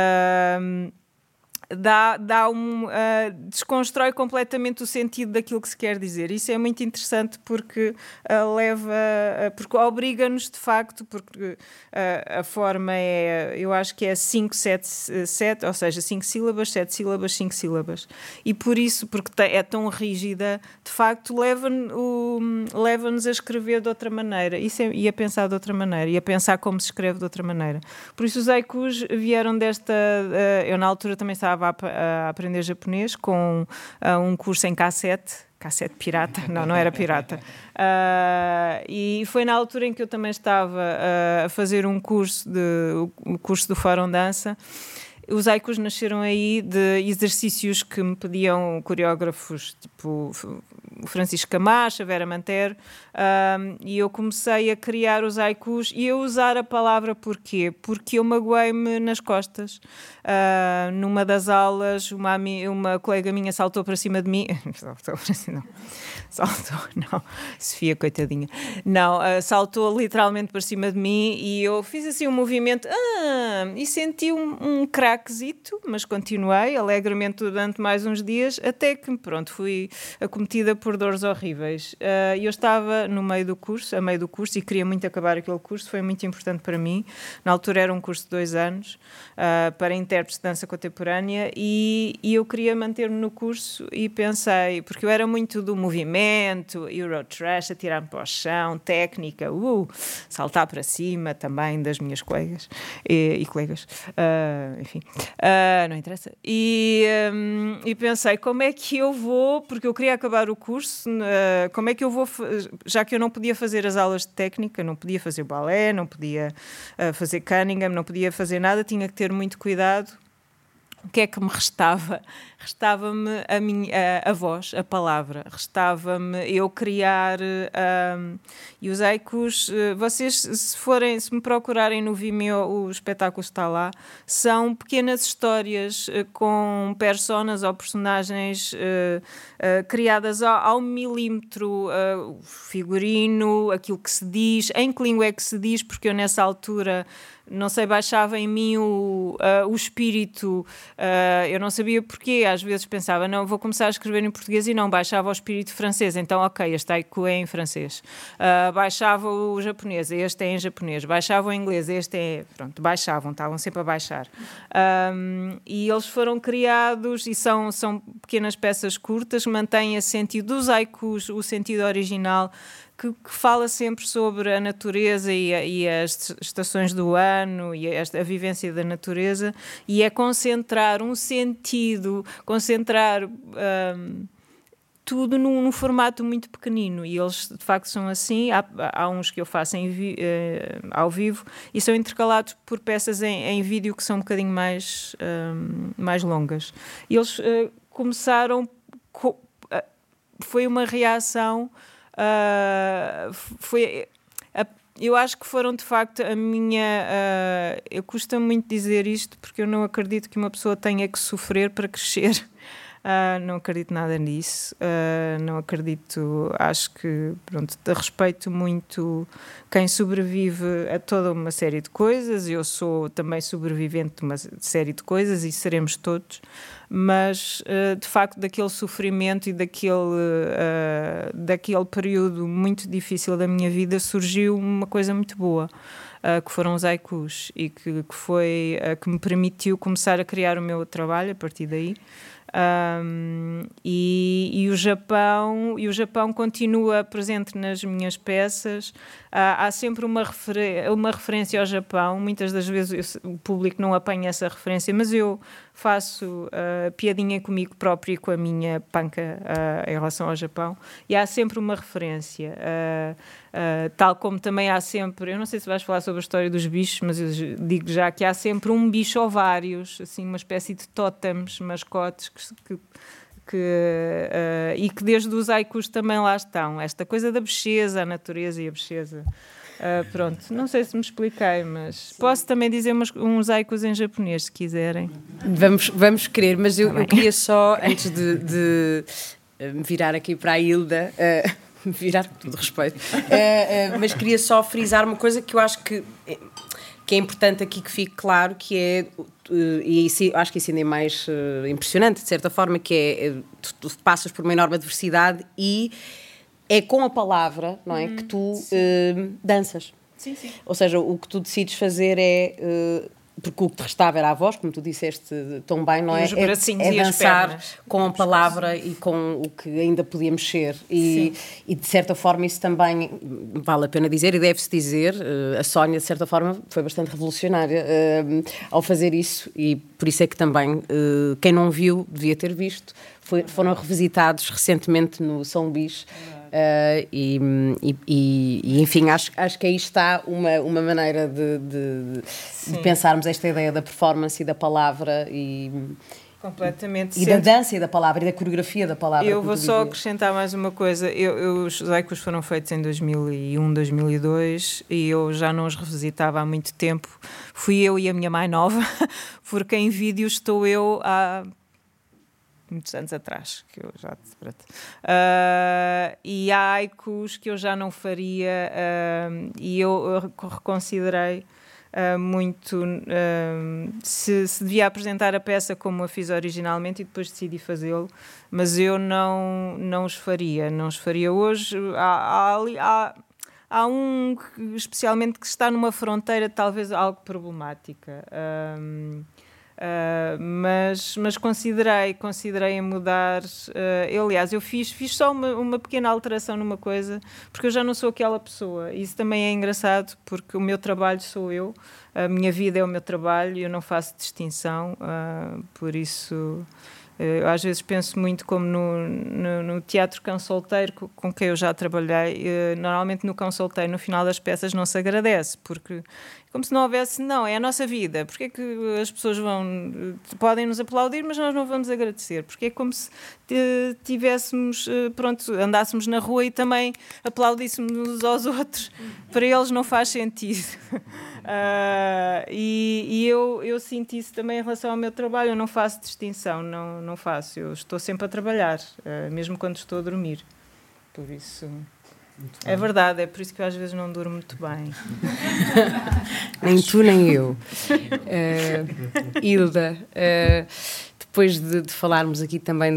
desconstrói completamente o sentido daquilo que se quer dizer. Isso é muito interessante, porque porque obriga-nos de facto, porque a forma eu acho que é 5, 7, ou seja, 5 sílabas, 7 sílabas, 5 sílabas. E por isso, porque é tão rígida, de facto leva-nos a escrever de outra maneira, e a pensar de outra maneira, e a pensar como se escreve de outra maneira. Por isso os haikus vieram desta... eu na altura também estava a aprender japonês com um curso em cassete pirata, não era pirata, e foi na altura em que eu também estava a fazer o curso do Fórum Dança. Os haikus nasceram aí de exercícios que me pediam coreógrafos, tipo o Francisco Camacho, a Vera Mantero, e eu comecei a criar os haikus e a usar a palavra porquê? Porque eu magoei-me nas costas. Numa das aulas, uma colega minha saltou para cima de mim. Não, Sofia, coitadinha. Não, saltou literalmente para cima de mim e eu fiz assim um movimento e senti um craquezito, mas continuei alegremente durante mais uns dias, até que, pronto, fui acometida por dores horríveis. Eu estava no meio do curso, e queria muito acabar aquele curso, foi muito importante para mim. Na altura era um curso de 2 anos, para intérpretes de dança contemporânea, e eu queria manter-me no curso e pensei, porque eu era muito do movimento, Eurotrash, atirar-me para o chão, técnica, saltar para cima também das minhas colegas e colegas, enfim, não interessa. E pensei, como é que eu vou, porque eu queria acabar o curso, como é que eu vou, já que eu não podia fazer as aulas de técnica, não podia fazer balé, não podia fazer Cunningham, não podia fazer nada, tinha que ter muito cuidado. O que é que me restava? Restava-me a voz, a palavra. Restava-me eu criar... e os haikus, vocês, se me procurarem no Vimeo, o espetáculo está lá, são pequenas histórias com personas ou personagens criadas ao milímetro, o figurino, aquilo que se diz, em que língua é que se diz, porque eu nessa altura... não sei, baixava em mim o espírito, eu não sabia porquê, às vezes pensava, não, vou começar a escrever em português e não, baixava o espírito francês, então ok, este haiku é em francês, baixava o japonês, este é em japonês, baixava o inglês, este é, pronto, estavam sempre a baixar, e eles foram criados e são pequenas peças curtas, mantêm esse sentido dos haikus, o sentido original, que fala sempre sobre a natureza e as estações do ano e a vivência da natureza, e é concentrar um sentido, tudo num formato muito pequenino, e eles de facto são assim. Há uns que eu faço ao vivo e são intercalados por peças em vídeo que são um bocadinho mais longas. E eles começaram, foi uma reação... eu acho que foram de facto a minha... eu custa muito dizer isto porque eu não acredito que uma pessoa tenha que sofrer para crescer. Não acredito nada nisso, não acredito, acho que, pronto, respeito muito quem sobrevive a toda uma série de coisas, eu sou também sobrevivente de uma série de coisas e seremos todos, mas de facto daquele sofrimento e daquele período muito difícil da minha vida surgiu uma coisa muito boa. Que foram os haikus e que me permitiu começar a criar o meu trabalho a partir daí. E o Japão continua presente nas minhas peças. Há sempre uma referência ao Japão. Muitas das vezes o público não apanha essa referência, mas eu faço piadinha comigo própria e com a minha panca em relação ao Japão, e há sempre uma referência, tal como também há sempre, eu não sei se vais falar sobre a história dos bichos, mas eu digo já que há sempre um bicho ou vários, assim, uma espécie de tótems, mascotes e que desde os haikus também lá estão, esta coisa da bexesa, a natureza e a bexesa. Pronto, não sei se me expliquei, mas posso também dizer uns haikus em japonês, se quiserem. Vamos querer, mas eu queria só, antes de me virar aqui para a Hilda, virar com todo respeito, mas queria só frisar uma coisa que eu acho que é importante aqui que fique claro, que é, e acho que isso ainda é mais impressionante, de certa forma, que é, tu passas por uma enorme adversidade e é com a palavra, não é, que tu danças. Sim. Ou seja, o que tu decides fazer é... porque o que te restava era a voz, como tu disseste tão bem, não é? É dançar com a palavra e com o que ainda podia mexer. E de certa forma isso também vale a pena dizer e deve-se dizer. A Sónia, de certa forma, foi bastante revolucionária ao fazer isso, e por isso é que também quem não viu devia ter visto. Foram revisitados recentemente no São Luís. Enfim, acho que aí está uma maneira de pensarmos esta ideia da performance e da palavra, e Completamente. E da dança e da palavra, e da coreografia da palavra. Eu vou só acrescentar mais uma coisa. Os Haikus foram feitos em 2001, 2002 e eu já não os revisitava há muito tempo. Fui eu e a minha mãe nova, porque em vídeo estou eu há muitos anos atrás, que eu já e há haikus que eu já não faria, e eu reconsiderei muito se devia apresentar a peça como a fiz originalmente e depois decidi fazê-lo, mas eu não os faria hoje. Há um especialmente que está numa fronteira talvez algo problemática, mas considerei em mudar. Aliás, eu fiz só uma pequena alteração numa coisa, porque eu já não sou aquela pessoa. Isso também é engraçado, porque o meu trabalho sou eu, a minha vida é o meu trabalho e eu não faço distinção, por isso. Eu às vezes penso muito como no Teatro Cão Solteiro, com quem eu já trabalhei. Normalmente no Cão Solteiro, no final das peças, não se agradece, porque como se não houvesse, não, é a nossa vida. Porque é que as pessoas podem nos aplaudir, mas nós não vamos agradecer? Porque é como se tivéssemos, andássemos na rua e também aplaudíssemos uns aos outros. Para eles não faz sentido. E eu sinto isso também em relação ao meu trabalho. Eu não faço distinção, não faço. Eu estou sempre a trabalhar, mesmo quando estou a dormir. Por isso... É verdade, é por isso que eu às vezes não durmo muito bem. Nem tu, nem eu. Hilda, depois de falarmos aqui também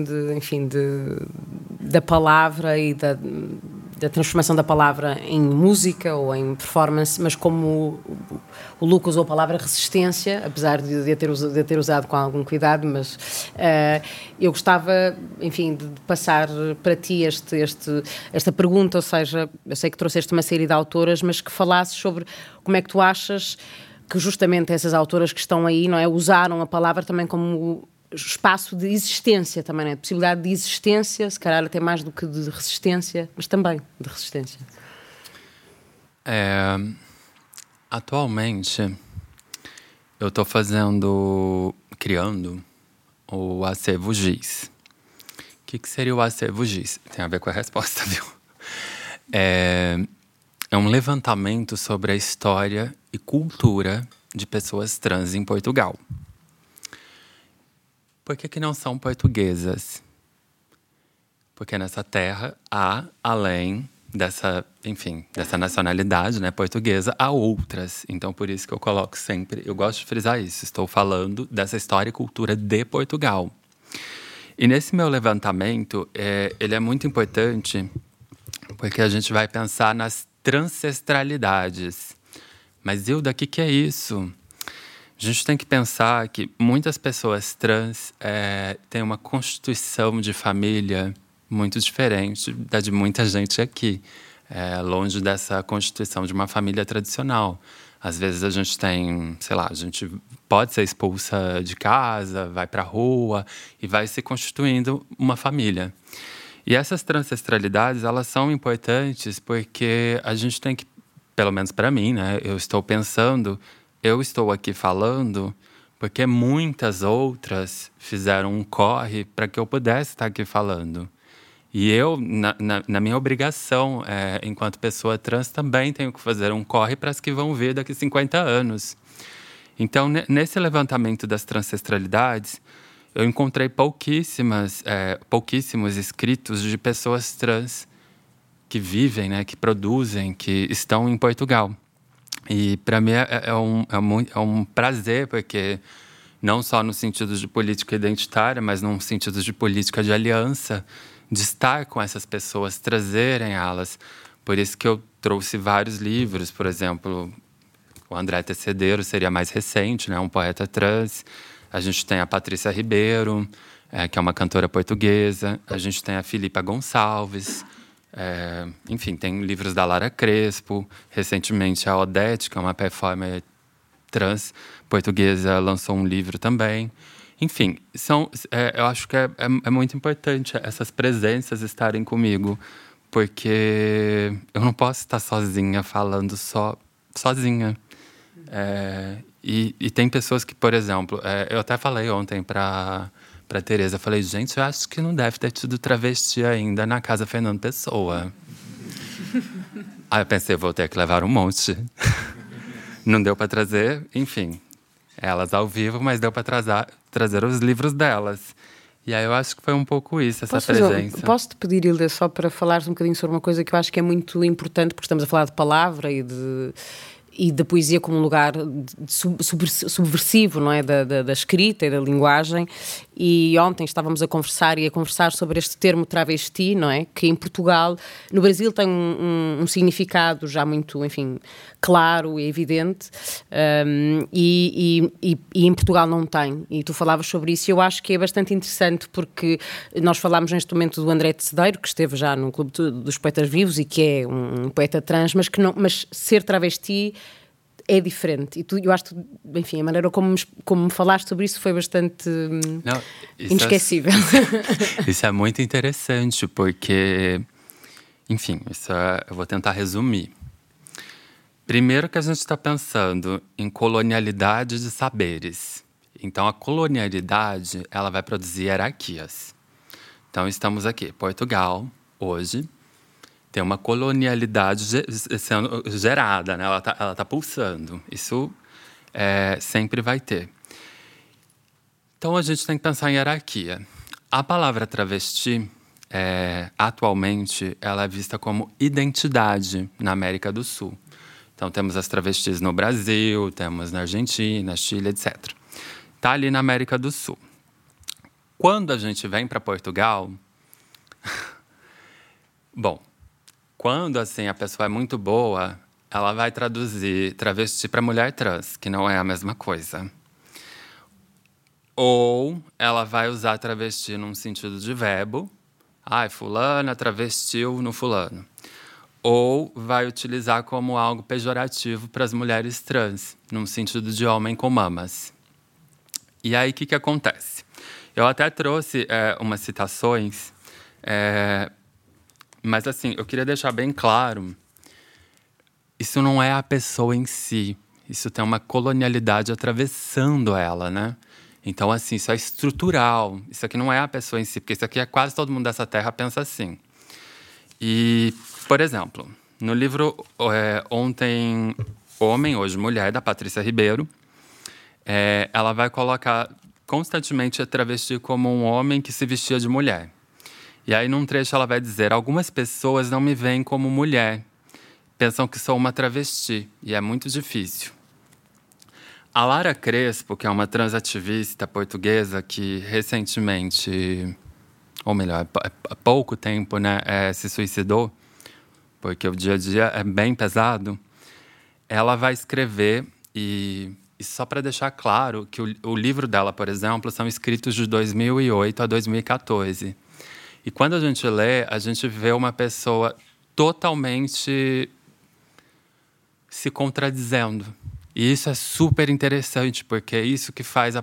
da palavra e da transformação da palavra em música ou em performance, mas como o Luca usou a palavra resistência, apesar de a ter usado com algum cuidado, mas eu gostava, enfim, de passar para ti esta pergunta, ou seja, eu sei que trouxeste uma série de autoras, mas que falasses sobre como é que tu achas que justamente essas autoras que estão aí, não é, usaram a palavra também como espaço de existência também, né? Possibilidade de existência, se calhar até mais do que de resistência, mas também de resistência. Atualmente, eu estou criando o Acervo Giz. O que seria o Acervo Giz? Tem a ver com a resposta, viu? É um levantamento sobre a história e cultura de pessoas trans em Portugal. Por que não são portuguesas? Porque nessa terra há, além dessa nacionalidade, né, portuguesa, há outras. Então, por isso que eu coloco sempre, eu gosto de frisar isso, estou falando dessa história e cultura de Portugal. E nesse meu levantamento, ele é muito importante, porque a gente vai pensar nas transestralidades. Mas, Hilda, o que é isso? A gente tem que pensar que muitas pessoas trans têm uma constituição de família muito diferente da de muita gente aqui, longe dessa constituição de uma família tradicional. Às vezes a gente tem, a gente pode ser expulsa de casa, vai para a rua e vai se constituindo uma família. E essas transestralidades, elas são importantes porque a gente tem que, pelo menos para mim, né, eu estou aqui falando porque muitas outras fizeram um corre para que eu pudesse estar aqui falando. E eu, na minha obrigação, enquanto pessoa trans, também tenho que fazer um corre para as que vão vir daqui a 50 anos. Então, nesse levantamento das transestralidades, eu encontrei pouquíssimos escritos de pessoas trans que vivem, né, que produzem, que estão em Portugal. E para mim é um prazer, porque não só no sentido de política identitária, mas no sentido de política de aliança, de estar com essas pessoas, trazerem elas. Por isso que eu trouxe vários livros, por exemplo, o André Tecedeiro seria mais recente, né, um poeta trans. A gente tem a Patrícia Ribeiro, que é uma cantora portuguesa. A gente tem a Filipa Gonçalves. Enfim, tem livros da Lara Crespo. Recentemente, a Odete, que é uma performer trans portuguesa, lançou um livro também. Enfim, eu acho que é muito importante essas presenças estarem comigo, porque eu não posso estar sozinha, falando sozinha. E tem pessoas que, por exemplo, eu até falei ontem para pra Tereza. Eu falei, gente, eu acho que não deve ter tido travesti ainda na Casa Fernando Pessoa. Aí eu pensei, vou ter que levar um monte. Não deu pra trazer, enfim, elas ao vivo, mas deu pra trazer os livros delas. E aí eu acho que foi um pouco isso, essa presença. Posso-te pedir, Hilda, só para falares um bocadinho sobre uma coisa que eu acho que é muito importante, porque estamos a falar de palavra e da poesia como um lugar subversivo, não é? Da escrita e da linguagem. E ontem estávamos a conversar sobre este termo travesti, não é? Que em Portugal, no Brasil tem um significado já muito, enfim, claro e evidente, e em Portugal não tem. E tu falavas sobre isso e eu acho que é bastante interessante porque nós falámos neste momento do André Tecedeiro, que esteve já no Clube dos Poetas Vivos e que é um poeta trans, mas ser travesti é diferente. E eu acho que, enfim, a maneira como me falaste sobre isso foi bastante inesquecível. Isso é muito interessante, porque, enfim, eu vou tentar resumir. Primeiro que a gente está pensando em colonialidade de saberes. Então, a colonialidade, ela vai produzir hierarquias. Então, estamos aqui, Portugal, hoje, tem uma colonialidade sendo gerada, né? Ela tá pulsando. Isso sempre vai ter. Então, a gente tem que pensar em hierarquia. A palavra travesti, atualmente, ela é vista como identidade na América do Sul. Então, temos as travestis no Brasil, temos na Argentina, Chile, etc. Está ali na América do Sul. Quando a gente vem para Portugal... Bom, quando assim, a pessoa é muito boa, ela vai traduzir travesti para mulher trans, que não é a mesma coisa. Ou ela vai usar travesti num sentido de verbo. Fulana travestiu no fulano. Ou vai utilizar como algo pejorativo para as mulheres trans, num sentido de homem com mamas. E aí, o que acontece? Eu até trouxe umas citações, mas assim, eu queria deixar bem claro, isso não é a pessoa em si, isso tem uma colonialidade atravessando ela, né? Então, assim, isso é estrutural, isso aqui não é a pessoa em si, porque isso aqui é quase todo mundo dessa terra pensa assim. E, por exemplo, no livro Ontem Homem, Hoje Mulher, da Patrícia Ribeiro, ela vai colocar constantemente a travesti como um homem que se vestia de mulher. E aí, num trecho, ela vai dizer: algumas pessoas não me veem como mulher, pensam que sou uma travesti, e é muito difícil. A Lara Crespo, que é uma transativista portuguesa que recentemente, ou melhor, há pouco tempo, né, se suicidou, porque o dia a dia é bem pesado, ela vai escrever, e só para deixar claro que o livro dela, por exemplo, são escritos de 2008 a 2014. E quando a gente lê, a gente vê uma pessoa totalmente se contradizendo. E isso é super interessante, porque é isso que faz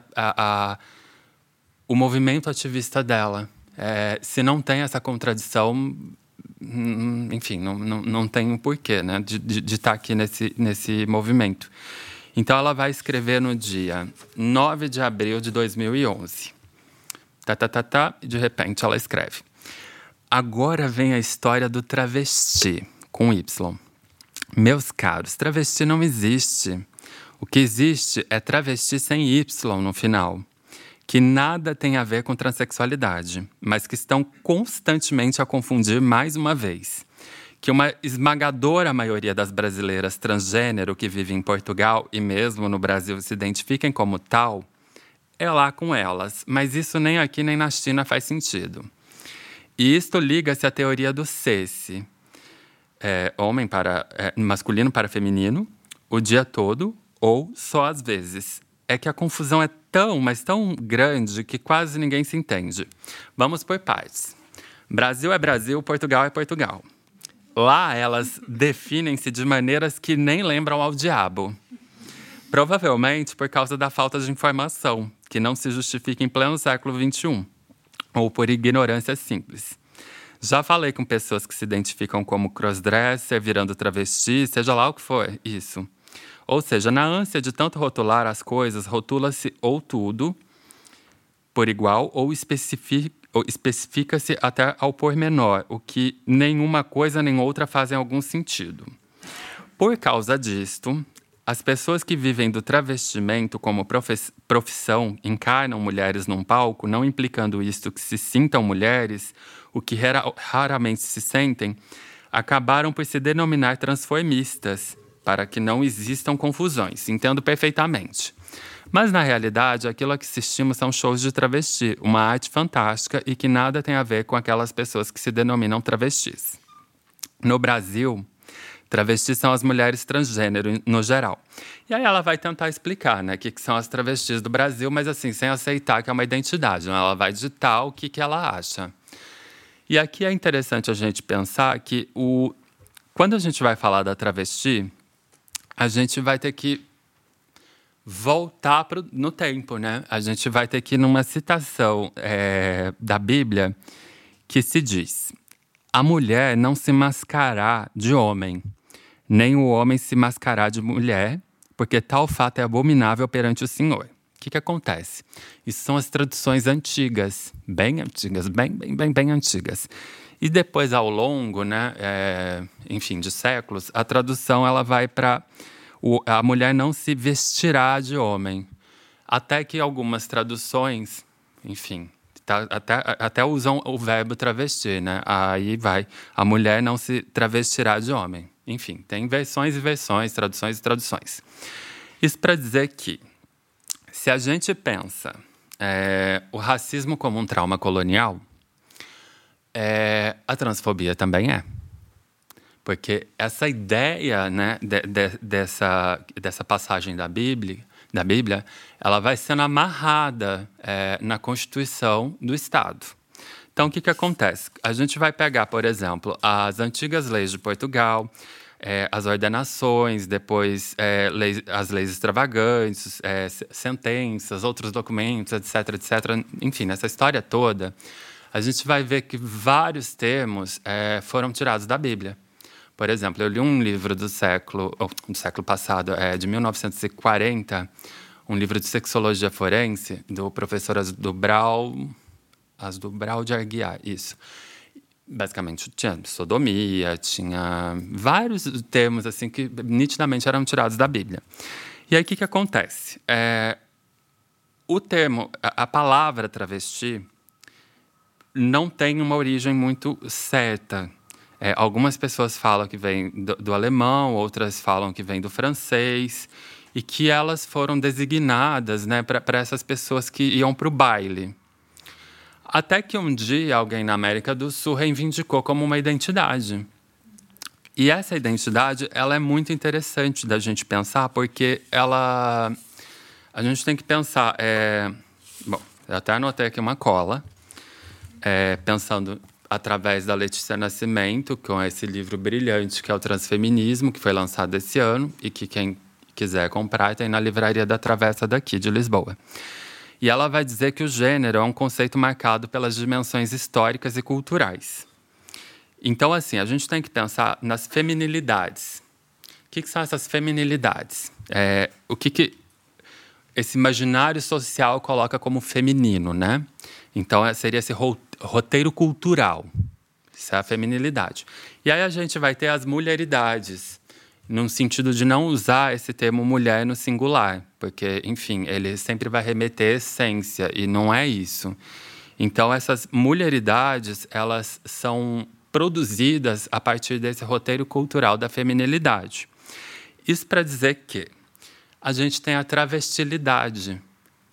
o movimento ativista dela. Se não tem essa contradição, enfim, não tem um porquê, né, de estar aqui nesse movimento. Então, ela vai escrever no dia 9 de abril de 2011. E de repente ela escreve: agora vem a história do travesti, com Y. Meus caros, travesti não existe. O que existe é travesti sem Y no final, que nada tem a ver com transexualidade, mas que estão constantemente a confundir mais uma vez. Que uma esmagadora maioria das brasileiras transgênero que vivem em Portugal e mesmo no Brasil se identifiquem como tal, é lá com elas, mas isso nem aqui nem na China faz sentido. E isto liga-se à teoria do cesse, masculino para feminino, o dia todo ou só às vezes. É que a confusão é mas tão grande que quase ninguém se entende. Vamos por partes. Brasil é Brasil, Portugal é Portugal. Lá elas definem-se de maneiras que nem lembram ao diabo. Provavelmente por causa da falta de informação, que não se justifica em pleno século XXI, ou por ignorância simples. Já falei com pessoas que se identificam como crossdresser, virando travesti, seja lá o que for isso. Ou seja, na ânsia de tanto rotular as coisas, rotula-se ou tudo, por igual ou especifica-se até ao pormenor, o que nenhuma coisa nem outra fazem algum sentido. Por causa disto, as pessoas que vivem do travestimento como profissão encarnam mulheres num palco, não implicando isto que se sintam mulheres, o que raramente se sentem, acabaram por se denominar transformistas, para que não existam confusões. Entendo perfeitamente. Mas, na realidade, aquilo a que assistimos são shows de travesti, uma arte fantástica e que nada tem a ver com aquelas pessoas que se denominam travestis. No Brasil, travestis são as mulheres transgênero, no geral. E aí ela vai tentar explicar, né, o que são as travestis do Brasil, mas assim, sem aceitar que é uma identidade. Né? Ela vai ditar o que ela acha. E aqui é interessante a gente pensar que quando a gente vai falar da travesti, a gente vai ter que voltar no tempo, né? A gente vai ter que ir numa citação da Bíblia que se diz: a mulher não se mascará de homem, nem o homem se mascará de mulher, porque tal fato é abominável perante o Senhor. O que acontece? Isso são as traduções antigas, bem antigas, bem antigas. E depois, ao longo, né, enfim, de séculos, a tradução ela vai para a mulher não se vestirá de homem. Até que algumas traduções, enfim, até usam o verbo travestir, né? Aí vai, a mulher não se travestirá de homem. Enfim, tem versões e versões, traduções e traduções. Isso para dizer que, se a gente pensa o racismo como um trauma colonial, a transfobia também é. Porque essa ideia, né, dessa passagem da Bíblia, ela vai sendo amarrada na Constituição do Estado. Então, o que acontece? A gente vai pegar, por exemplo, as antigas leis de Portugal, as ordenações, depois as leis extravagantes, sentenças, outros documentos, etc. Enfim, nessa história toda, a gente vai ver que vários termos foram tirados da Bíblia. Por exemplo, eu li um livro do século passado, de 1940, um livro de sexologia forense, do professor Asdrubal de Aguiar, isso. Basicamente, tinha sodomia, tinha vários termos assim que nitidamente eram tirados da Bíblia. E aí, o que acontece? O termo, a palavra travesti, não tem uma origem muito certa. Algumas pessoas falam que vem do alemão, outras falam que vem do francês, e que elas foram designadas, né, para essas pessoas que iam para o baile. Até que um dia alguém na América do Sul reivindicou como uma identidade. E essa identidade ela é muito interessante da gente pensar, porque a gente tem que pensar... Bom, eu até anotei aqui uma cola, pensando através da Letícia Nascimento, com esse livro brilhante que é o Transfeminismo, que foi lançado esse ano e que quem quiser comprar tem na livraria da Travessa daqui, de Lisboa. E ela vai dizer que o gênero é um conceito marcado pelas dimensões históricas e culturais. Então, assim, a gente tem que pensar nas feminilidades. O que são essas feminilidades? O que esse imaginário social coloca como feminino, né? Então, seria esse roteiro cultural. Isso é a feminilidade. E aí a gente vai ter as mulheridades, no sentido de não usar esse termo mulher no singular, porque, enfim, ele sempre vai remeter à essência, e não é isso. Então, essas mulheridades, elas são produzidas a partir desse roteiro cultural da feminilidade. Isso para dizer que a gente tem a travestilidade,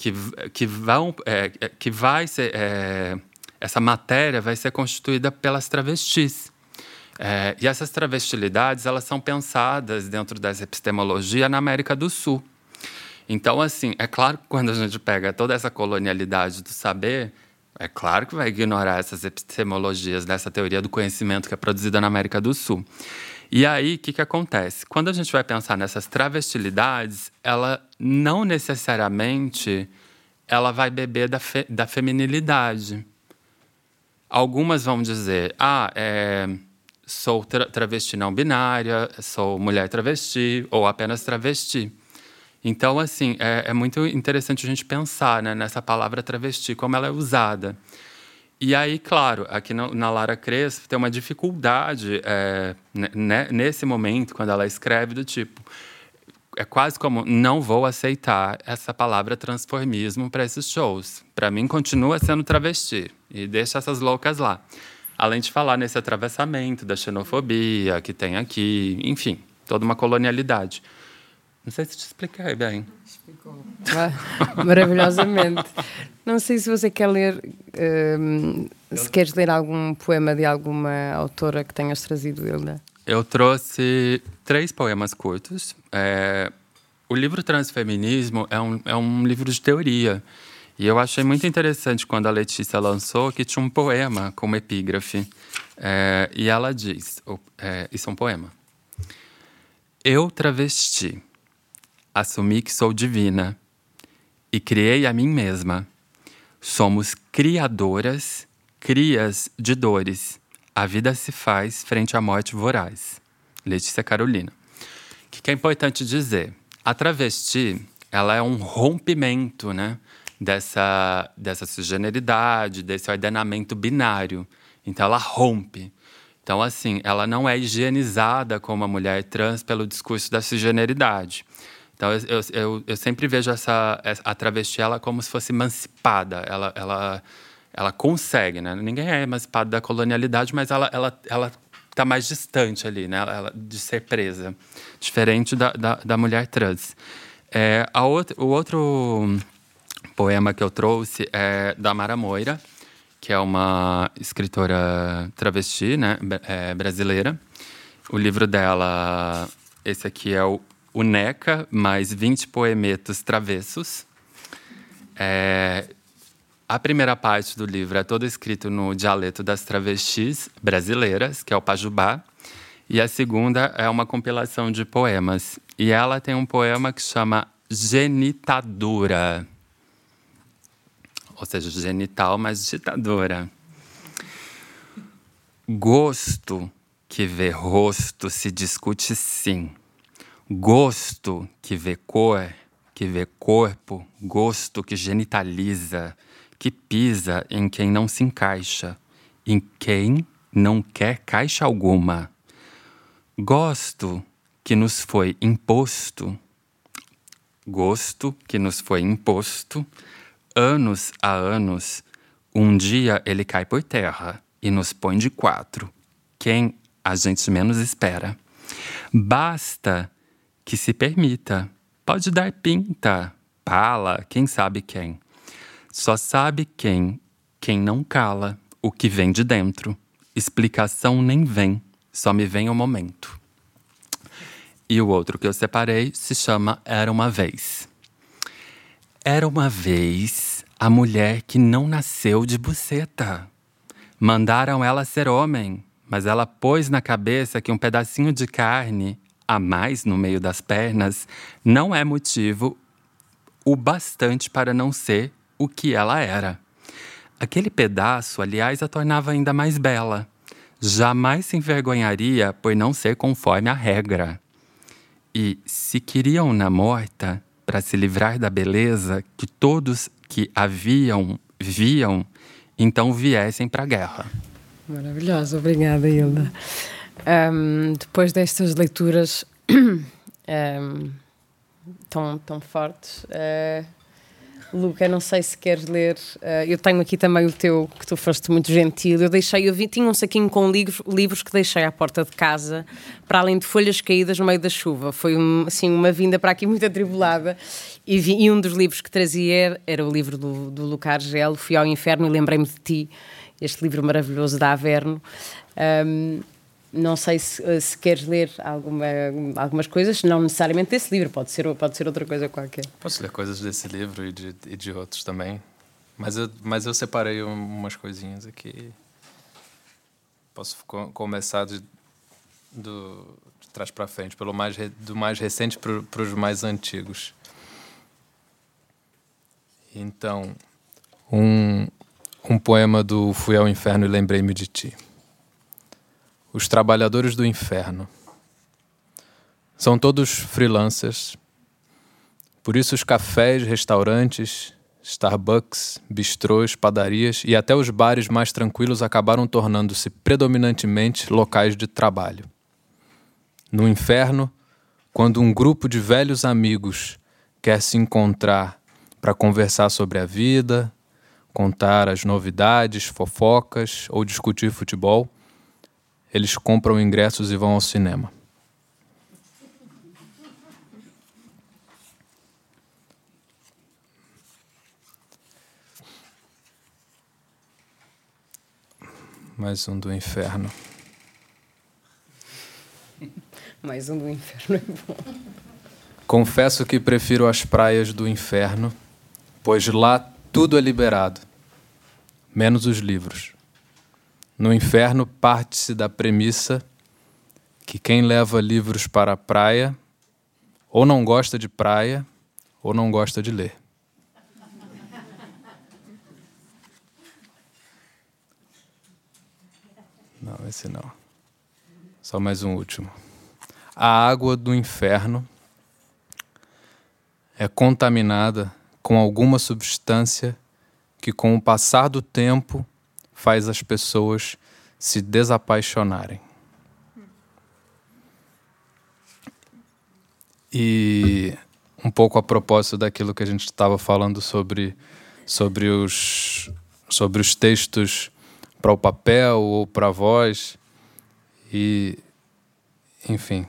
que vai ser... essa matéria vai ser constituída pelas travestis. E essas travestilidades, elas são pensadas dentro dessa epistemologia na América do Sul. Então, assim, é claro que quando a gente pega toda essa colonialidade do saber, é claro que vai ignorar essas epistemologias dessa teoria do conhecimento que é produzida na América do Sul. E aí, o que acontece? Quando a gente vai pensar nessas travestilidades, ela não necessariamente ela vai beber da feminilidade. Algumas vão dizer, sou travesti não binária, sou mulher travesti ou apenas travesti. Então, assim, é muito interessante a gente pensar, né, nessa palavra travesti, como ela é usada. E aí, claro, aqui na Lara Crespo tem uma dificuldade nesse momento, quando ela escreve, do tipo... É quase como, não vou aceitar essa palavra transformismo para esses shows. Para mim, continua sendo travesti. E deixa essas loucas lá. Além de falar nesse atravessamento da xenofobia que tem aqui. Enfim, toda uma colonialidade. Não sei se te expliquei bem. Explicou. Maravilhosamente. Não sei se você quer ler... se queres ler algum poema de alguma autora que tenhas trazido, Hilda. Eu trouxe 3 poemas curtos. O livro Transfeminismo é um livro de teoria. E eu achei muito interessante quando a Letícia lançou que tinha um poema como epígrafe. E ela diz, isso é um poema. Eu travesti, assumi que sou divina e criei a mim mesma. Somos criadoras, crias de dores. A vida se faz frente à morte voraz. Letícia Carolina. O que é importante dizer? A travesti, ela é um rompimento, né, dessa cisgeneridade, desse ordenamento binário. Então, ela rompe. Então, assim, ela não é higienizada como a mulher trans pelo discurso da cisgeneridade. Então, eu sempre vejo a travesti ela como se fosse emancipada. Ela consegue, né? Ninguém é emancipado da colonialidade, mas ela está mais distante ali, né? De ser presa. Diferente da mulher trans. O outro poema que eu trouxe é da Mara Moira, que é uma escritora travesti, né? Brasileira. O livro dela, esse aqui é o Neca, mais 20 poemetos travessos. A primeira parte do livro é toda escrita no dialeto das travestis brasileiras, que é o Pajubá. E a segunda é uma compilação de poemas. E ela tem um poema que chama Genitadura. Ou seja, genital, mas ditadura. Gosto que vê rosto se discute sim. Gosto que vê cor, que vê corpo. Gosto que genitaliza, que pisa em quem não se encaixa, em quem não quer caixa alguma. Gosto que nos foi imposto, anos a anos, um dia ele cai por terra e nos põe de 4, quem a gente menos espera. Basta que se permita, pode dar pinta, pala, quem sabe quem. Só sabe quem não cala o que vem de dentro. Explicação nem vem, só me vem o momento. E o outro que eu separei se chama Era Uma Vez. Era uma vez a mulher que não nasceu de buceta. Mandaram ela ser homem, mas ela pôs na cabeça que um pedacinho de carne a mais no meio das pernas não é motivo o bastante para não ser o que ela era. Aquele pedaço, aliás, a tornava ainda mais bela. Jamais se envergonharia por não ser conforme a regra. E, se queriam na morta, para se livrar da beleza que todos que a viam, então viessem para a guerra. Maravilhosa, obrigada, Hilda. Depois destas leituras tão fortes... Luca, não sei se queres ler. Eu tenho aqui também o teu, que tu foste muito gentil. Tinha um saquinho com livros que deixei à porta de casa, para além de folhas caídas no meio da chuva. Foi assim, uma vinda para aqui muito atribulada. E um dos livros que trazia era o livro do Luca Argel, Fui ao Inferno e Lembrei-me de Ti, este livro maravilhoso da Averno. Não sei se queres ler algumas coisas, não necessariamente desse livro, pode ser outra coisa qualquer. Posso ler coisas desse livro e de outros também, mas eu separei umas coisinhas aqui. Posso começar de trás para frente, do mais recente para os mais antigos. Então, um poema do Fui ao Inferno e Lembrei-me de Ti. Os trabalhadores do inferno. São todos freelancers, Por isso os cafés, restaurantes, Starbucks, bistrôs, padarias e até os bares mais tranquilos acabaram tornando-se predominantemente locais de trabalho. No inferno, quando um grupo de velhos amigos quer se encontrar para conversar sobre a vida, contar as novidades, fofocas ou discutir futebol, eles compram ingressos e vão ao cinema. Mais um do inferno. Mais um do inferno é bom. Confesso que prefiro as praias do inferno, pois lá tudo é liberado, menos os livros. No inferno parte-se da premissa que quem leva livros para a praia ou não gosta de praia ou não gosta de ler. Não, esse não. Só mais um último. A água do inferno é contaminada com alguma substância que, com o passar do tempo, faz as pessoas se desapaixonarem. E um pouco a propósito daquilo que a gente estava falando sobre os textos para o papel ou para a voz. E, enfim,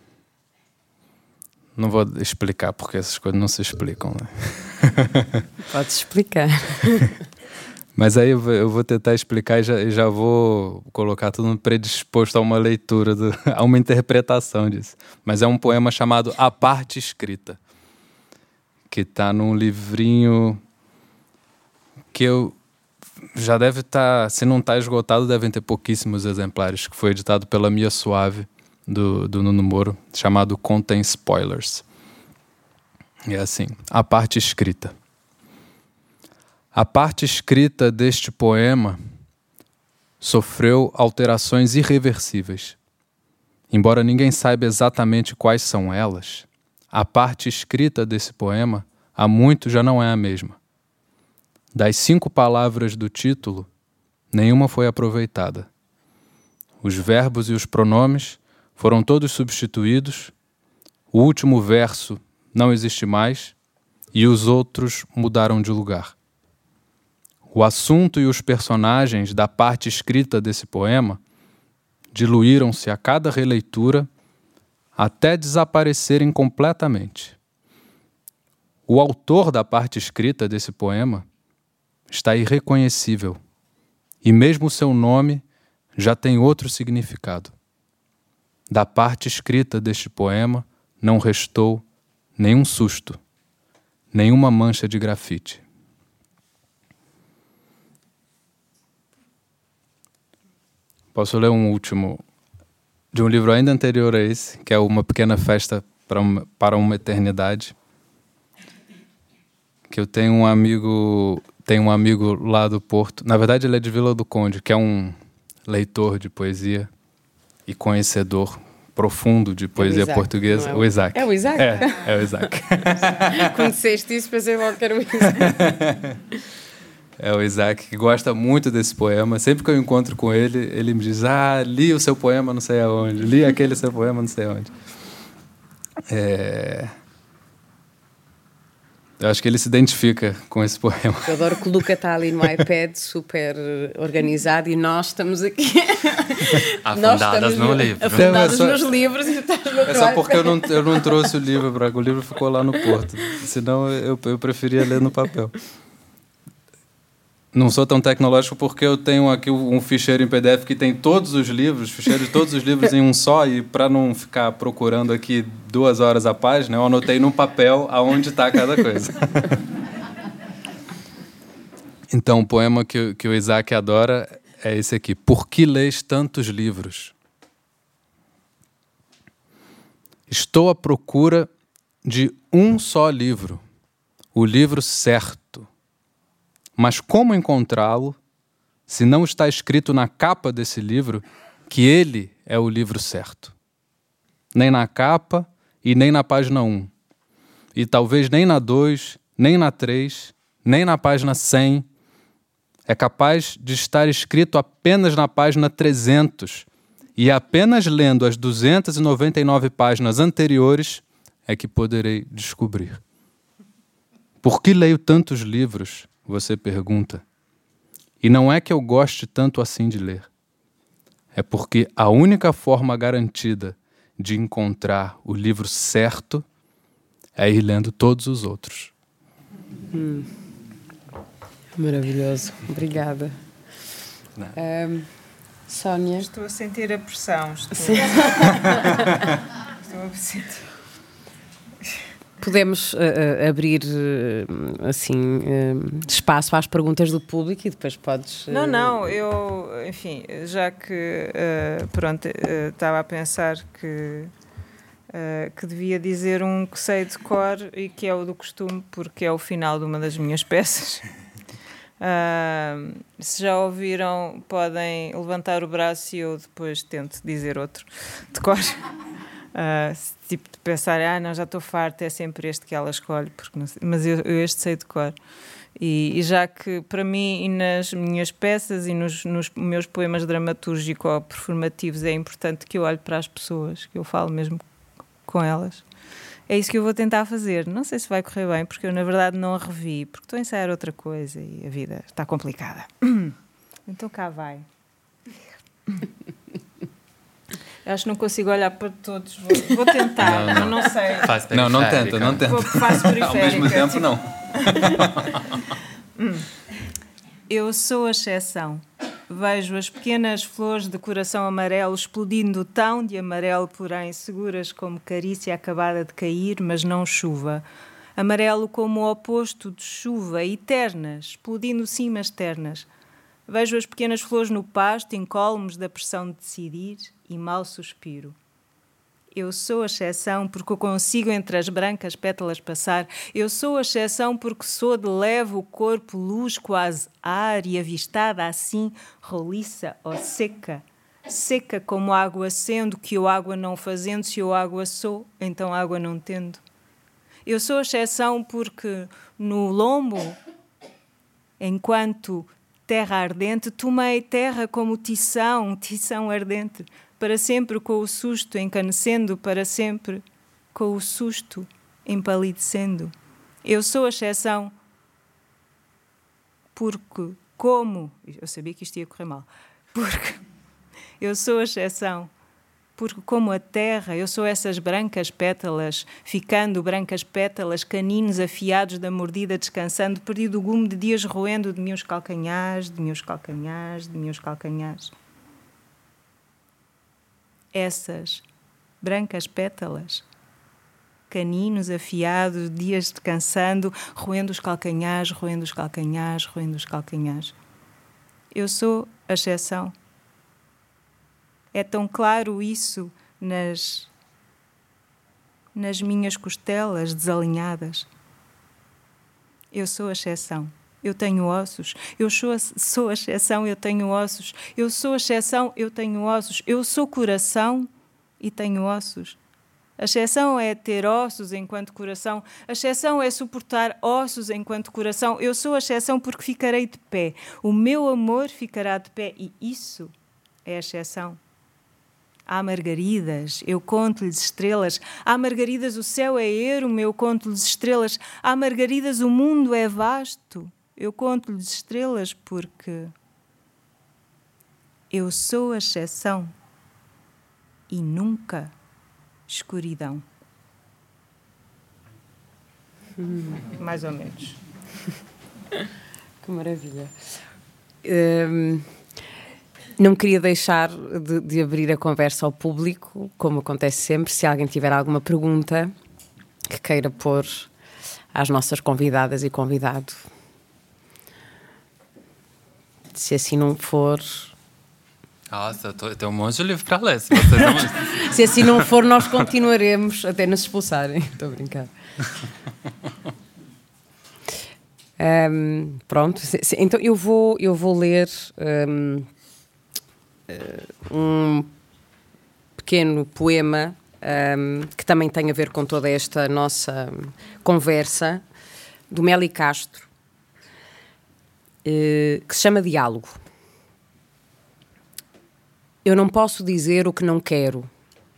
não vou explicar porque essas coisas não se explicam, né? Pode explicar. Mas aí eu vou tentar explicar e já vou colocar tudo predisposto a uma leitura, a uma interpretação disso. Mas é um poema chamado A Parte Escrita, que está num livrinho que eu já deve estar, se não está esgotado, devem ter pouquíssimos exemplares, que foi editado pela Mia Suave, do Nuno Moro, chamado Contém Spoilers. E é assim, A Parte Escrita. A parte escrita deste poema sofreu alterações irreversíveis. Embora ninguém saiba exatamente quais são elas, a parte escrita desse poema há muito já não é a mesma. Das 5 palavras do título, nenhuma foi aproveitada. Os verbos e os pronomes foram todos substituídos, o último verso não existe mais e os outros mudaram de lugar. O assunto e os personagens da parte escrita desse poema diluíram-se a cada releitura até desaparecerem completamente. O autor da parte escrita desse poema está irreconhecível e mesmo seu nome já tem outro significado. Da parte escrita deste poema não restou nenhum susto, nenhuma mancha de grafite. Posso ler um último de um livro ainda anterior a esse, que é Uma Pequena Festa para uma Eternidade, que eu tenho um amigo lá do Porto, na verdade ele é de Vila do Conde, que é um leitor de poesia e conhecedor profundo de poesia portuguesa, o Isaac. É o Isaac? É o Isaac. Quando disseste isso, pensei logo que era o Isaac. É o Isaac, que gosta muito desse poema. Sempre que eu encontro com ele, ele me diz: li o seu poema não sei aonde, li aquele seu poema não sei aonde. Eu acho que ele se identifica com esse poema. Eu adoro que o Luca está ali no iPad, super organizado, e nós estamos aqui... Afundadas no livro. Afundadas nos livros. E estás no é só porque eu não trouxe o livro, o livro ficou lá no Porto. Senão eu preferia ler no papel. Não sou tão tecnológico porque eu tenho aqui um ficheiro em PDF que tem todos os livros, ficheiro de todos os livros em um só, e para não ficar procurando aqui 2 horas a página, eu anotei num papel aonde está cada coisa. Então, o poema que o Isaac adora é esse aqui. Por que lês tantos livros? Estou à procura de um só livro, o livro certo. Mas como encontrá-lo se não está escrito na capa desse livro que ele é o livro certo? Nem na capa e nem na página 1. e talvez nem na 2, nem na 3, nem na página 100. É capaz de estar escrito apenas na página 300. E apenas lendo as 299 páginas anteriores é que poderei descobrir. Por que leio tantos livros? Você pergunta. E não é que eu goste tanto assim de ler. É porque a única forma garantida de encontrar o livro certo é ir lendo todos os outros. Maravilhoso. Obrigada. Sónia? Estou a sentir a pressão. Estou a sentir... Podemos abrir assim espaço às perguntas do público e depois podes... Não, eu, enfim, já que estava a pensar que devia dizer um que sei de cor e que é o do costume, porque é o final de uma das minhas peças. Se já ouviram, podem levantar o braço e eu depois tento dizer outro de cor. Tipo de pensar, não, já estou farta, é sempre este que ela escolhe, porque não sei, mas eu este sei de cor. E já que para mim e nas minhas peças e nos meus poemas dramatúrgicos ou performativos é importante que eu olhe para as pessoas, que eu falo mesmo com elas. É isso que eu vou tentar fazer. Não sei se vai correr bem, porque eu na verdade não a revi, porque estou a ensaiar outra coisa e a vida está complicada. Então cá vai. Acho que não consigo olhar para todos. Vou tentar, não sei. Não tenta. Faço periférica. Ao mesmo tempo, não. Eu sou a exceção. Vejo as pequenas flores de coração amarelo explodindo tão de amarelo, porém seguras como carícia acabada de cair, mas não chuva. Amarelo como o oposto de chuva, eternas, explodindo sim, mas ternas. Vejo as pequenas flores no pasto, incólumes da pressão de decidir, e mal suspiro. Eu sou a exceção porque eu consigo entre as brancas pétalas passar. Eu sou a exceção porque sou de leve o corpo, luz quase ar e avistada assim, roliça ou seca. Seca como água sendo, que eu água não fazendo, se eu água sou, então água não tendo. Eu sou a exceção porque no lombo, enquanto terra ardente, tomei terra como tição ardente, para sempre com o susto encanecendo, para sempre com o susto empalidecendo. Eu sou a exceção porque, como... Eu sabia que isto ia correr mal. Porque eu sou a exceção porque, como a terra, eu sou essas brancas pétalas, ficando brancas pétalas, caninos afiados da mordida, descansando, perdido o gume de dias roendo de meus calcanhares, de meus calcanhares, de meus calcanhares. Essas brancas pétalas, caninos afiados, dias descansando, roendo os calcanhares, roendo os calcanhares, roendo os calcanhares. Eu sou a exceção. É tão claro isso nas minhas costelas desalinhadas. Eu sou a exceção. Eu tenho ossos. Eu sou a exceção, eu tenho ossos. Eu sou a exceção, eu tenho ossos. Eu sou coração e tenho ossos. A exceção é ter ossos enquanto coração. A exceção é suportar ossos enquanto coração. Eu sou a exceção porque ficarei de pé. O meu amor ficará de pé e isso é a exceção. Há margaridas, eu conto-lhes estrelas. Há margaridas, o céu é ermo, eu conto-lhes estrelas. Há margaridas, o mundo é vasto. Eu conto-lhes estrelas porque eu sou a exceção e nunca escuridão. Mais ou menos. Que maravilha. Não queria deixar de abrir a conversa ao público, como acontece sempre. Se alguém tiver alguma pergunta que queira pôr às nossas convidadas e convidado. Se assim não for... Nossa, eu tenho um monte de livro para ler. Se vocês não... Se assim não for, nós continuaremos até nos expulsarem. Estou a brincar. Pronto. Então eu vou ler um pequeno poema que também tem a ver com toda esta nossa conversa, do Meli Castro, que se chama Diálogo. Eu não posso dizer o que não quero.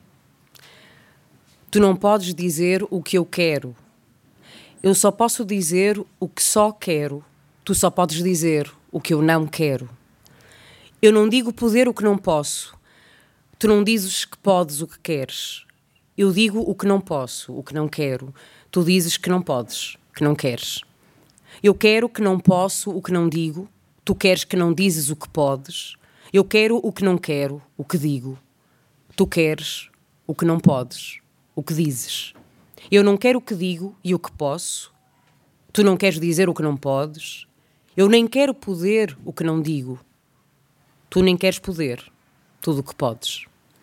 Tu não podes dizer o que eu quero. Eu só posso dizer o que só quero. Tu só podes dizer o que eu não quero. Eu não digo poder o que não posso. Tu não dizes que podes o que queres. Eu digo o que não posso, o que não quero. Tu dizes que não podes, que não queres. Eu quero que não posso o que não digo. Tu queres que não dizes o que podes. Eu quero o que não quero, o que digo. Tu queres o que não podes, o que dizes. Eu não quero o que digo e o que posso. Tu não queres dizer o que não podes. Eu nem quero poder o que não digo. Tu nem queres poder tudo o que podes.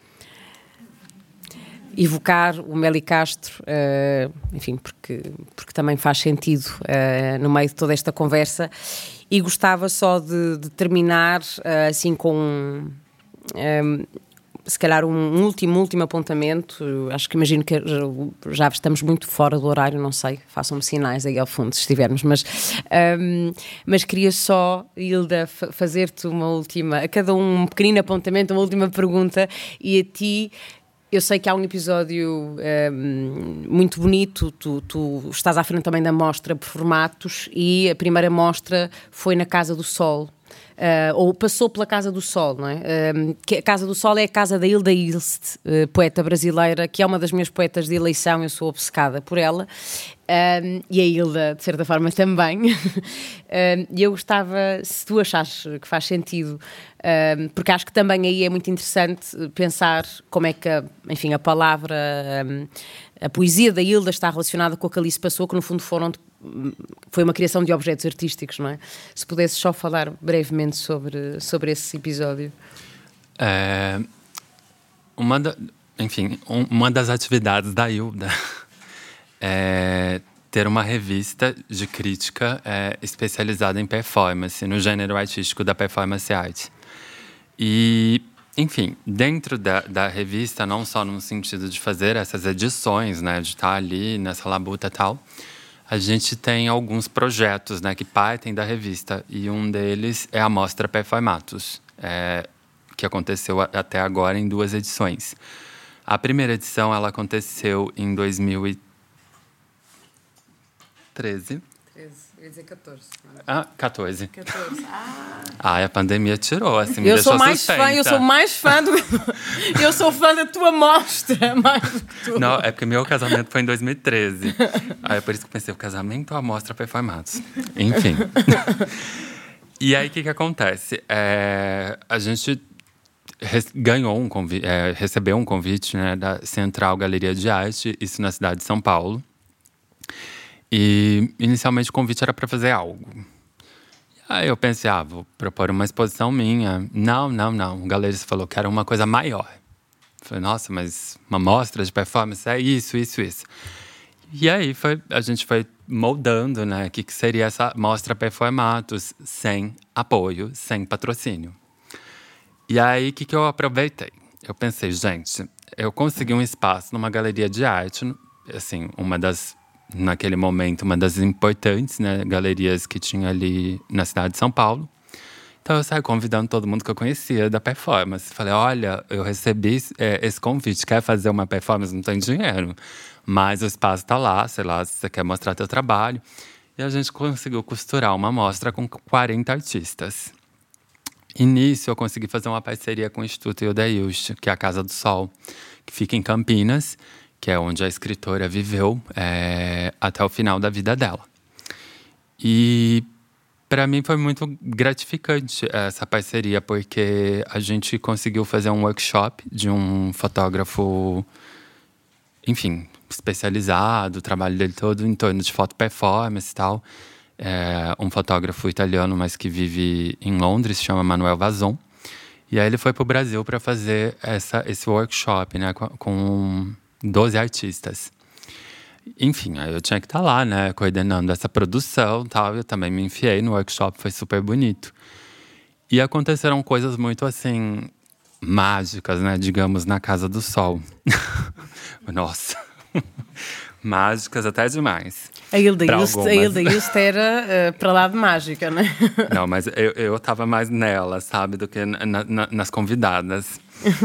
Evocar o Meli Castro, enfim, porque também faz sentido no meio de toda esta conversa, e gostava só de terminar assim com se calhar um último apontamento. Acho que imagino que já estamos muito fora do horário, não sei, façam-me sinais aí ao fundo se estivermos, mas queria só, Hilda, fazer-te a cada um pequenino apontamento, uma última pergunta, e a ti. Eu sei que há um episódio muito bonito, tu estás à frente também da mostra por formatos, e a primeira mostra foi na Casa do Sol, ou passou pela Casa do Sol, não é? Que a Casa do Sol é a casa da Hilda Ilst, poeta brasileira, que é uma das minhas poetas de eleição, eu sou obcecada por ela, e a Hilda, de certa forma, também. E eu gostava, se tu achares que faz sentido, porque acho que também aí é muito interessante pensar como é que, enfim, a palavra, a poesia da Hilda está relacionada com o que ali se passou, que no fundo foi uma criação de objetos artísticos, não é? Se pudesses só falar brevemente sobre esse episódio. Uma das atividades da Hilda é ter uma revista de crítica especializada em performance, no gênero artístico da performance art. E, enfim, dentro da revista, não só no sentido de fazer essas edições, né, de estar ali nessa labuta e tal, a gente tem alguns projetos, né, que partem da revista. E um deles é a Mostra Performatos, que aconteceu até agora em 2 edições. A primeira edição ela aconteceu em 2013. Eu ia dizer 14. Ah, 14. 14. A pandemia tirou, assim, me Eu deixou sou mais suspensa. fã, eu sou mais fã do... Eu sou fã da tua mostra, mais do que tu. Não, é porque meu casamento foi em 2013. Aí é por isso que eu pensei, o casamento ou a mostra performatos? Enfim. E aí, o que acontece? A gente ganhou um convite, recebeu um convite, né, da Central Galeria de Arte, isso na cidade de São Paulo. E, inicialmente, o convite era para fazer algo. Aí eu pensei, vou propor uma exposição minha. Não. O galerista falou que era uma coisa maior. Falei, nossa, mas uma mostra de performance é isso. E aí a gente foi moldando, né, o que seria essa mostra performatos sem apoio, sem patrocínio. E aí, o que eu aproveitei? Eu pensei, gente, eu consegui um espaço numa galeria de arte, assim, naquele momento, uma das importantes, né, galerias que tinha ali na cidade de São Paulo. Então eu saí convidando todo mundo que eu conhecia da performance. Falei, olha, eu recebi esse convite, quer fazer uma performance? Não tem dinheiro, mas o espaço está lá, sei lá, se você quer mostrar teu trabalho. E a gente conseguiu costurar uma mostra com 40 artistas. E nisso eu consegui fazer uma parceria com o Instituto Hilda Ilst, que é a Casa do Sol, que fica em Campinas, que é onde a escritora viveu até o final da vida dela. E para mim foi muito gratificante essa parceria, porque a gente conseguiu fazer um workshop de um fotógrafo, enfim, especializado, o trabalho dele todo em torno de foto performance e tal. Um fotógrafo italiano, mas que vive em Londres, se chama Manuel Vazon. E aí ele foi para o Brasil para fazer esse workshop, né, com 12 artistas. Enfim, aí eu tinha que estar lá, né, coordenando essa produção e tal. Eu também me enfiei no workshop, foi super bonito. E aconteceram coisas muito, assim, mágicas, né, digamos, na Casa do Sol. Nossa, mágicas até demais. A Hilda Just era para lá de mágica, né? Não, mas eu tava mais nela, sabe, do que nas convidadas.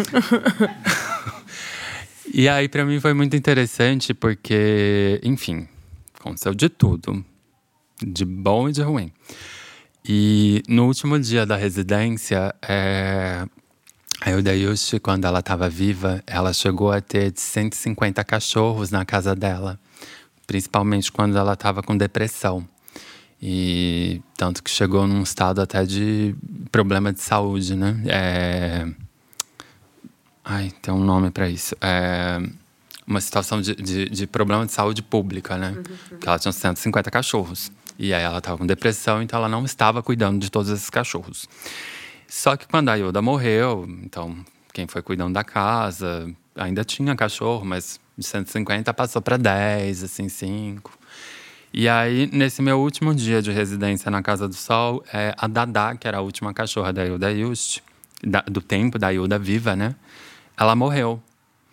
E aí, pra mim, foi muito interessante porque, enfim, aconteceu de tudo. De bom e de ruim. E no último dia da residência, a Hilda Just, quando ela estava viva, ela chegou a ter 150 cachorros na casa dela. Principalmente quando ela estava com depressão. E tanto que chegou num estado até de problema de saúde, né? Tem um nome para isso. Uma situação de problema de saúde pública, né? Porque ela tinha 150 cachorros. E aí ela estava com depressão, então ela não estava cuidando de todos esses cachorros. Só que quando a Hilda morreu, então quem foi cuidando da casa ainda tinha cachorro, mas de 150 passou para 10, assim, 5. E aí, nesse meu último dia de residência na Casa do Sol, a Dadá, que era a última cachorra da Hilda Just, do tempo da Hilda viva, né? Ela morreu.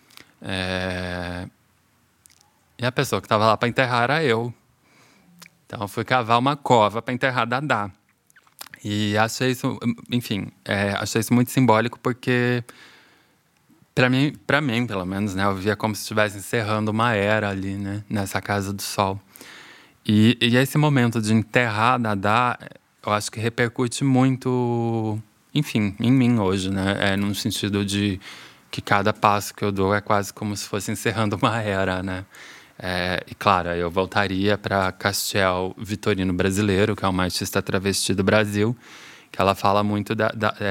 E a pessoa que estava lá para enterrar era eu. Então, eu fui cavar uma cova para enterrar a Dadá. E achei isso, enfim, achei isso muito simbólico porque, para mim, pelo menos, né, eu via como se estivesse encerrando uma era ali, né, nessa Casa do Sol. E esse momento de enterrar a Dadá, eu acho que repercute muito, enfim, em mim hoje, né, no sentido de que cada passo que eu dou é quase como se fosse encerrando uma era, né. E claro, eu voltaria para Castiel Vitorino Brasileiro, que é uma artista travesti do Brasil, que ela fala muito da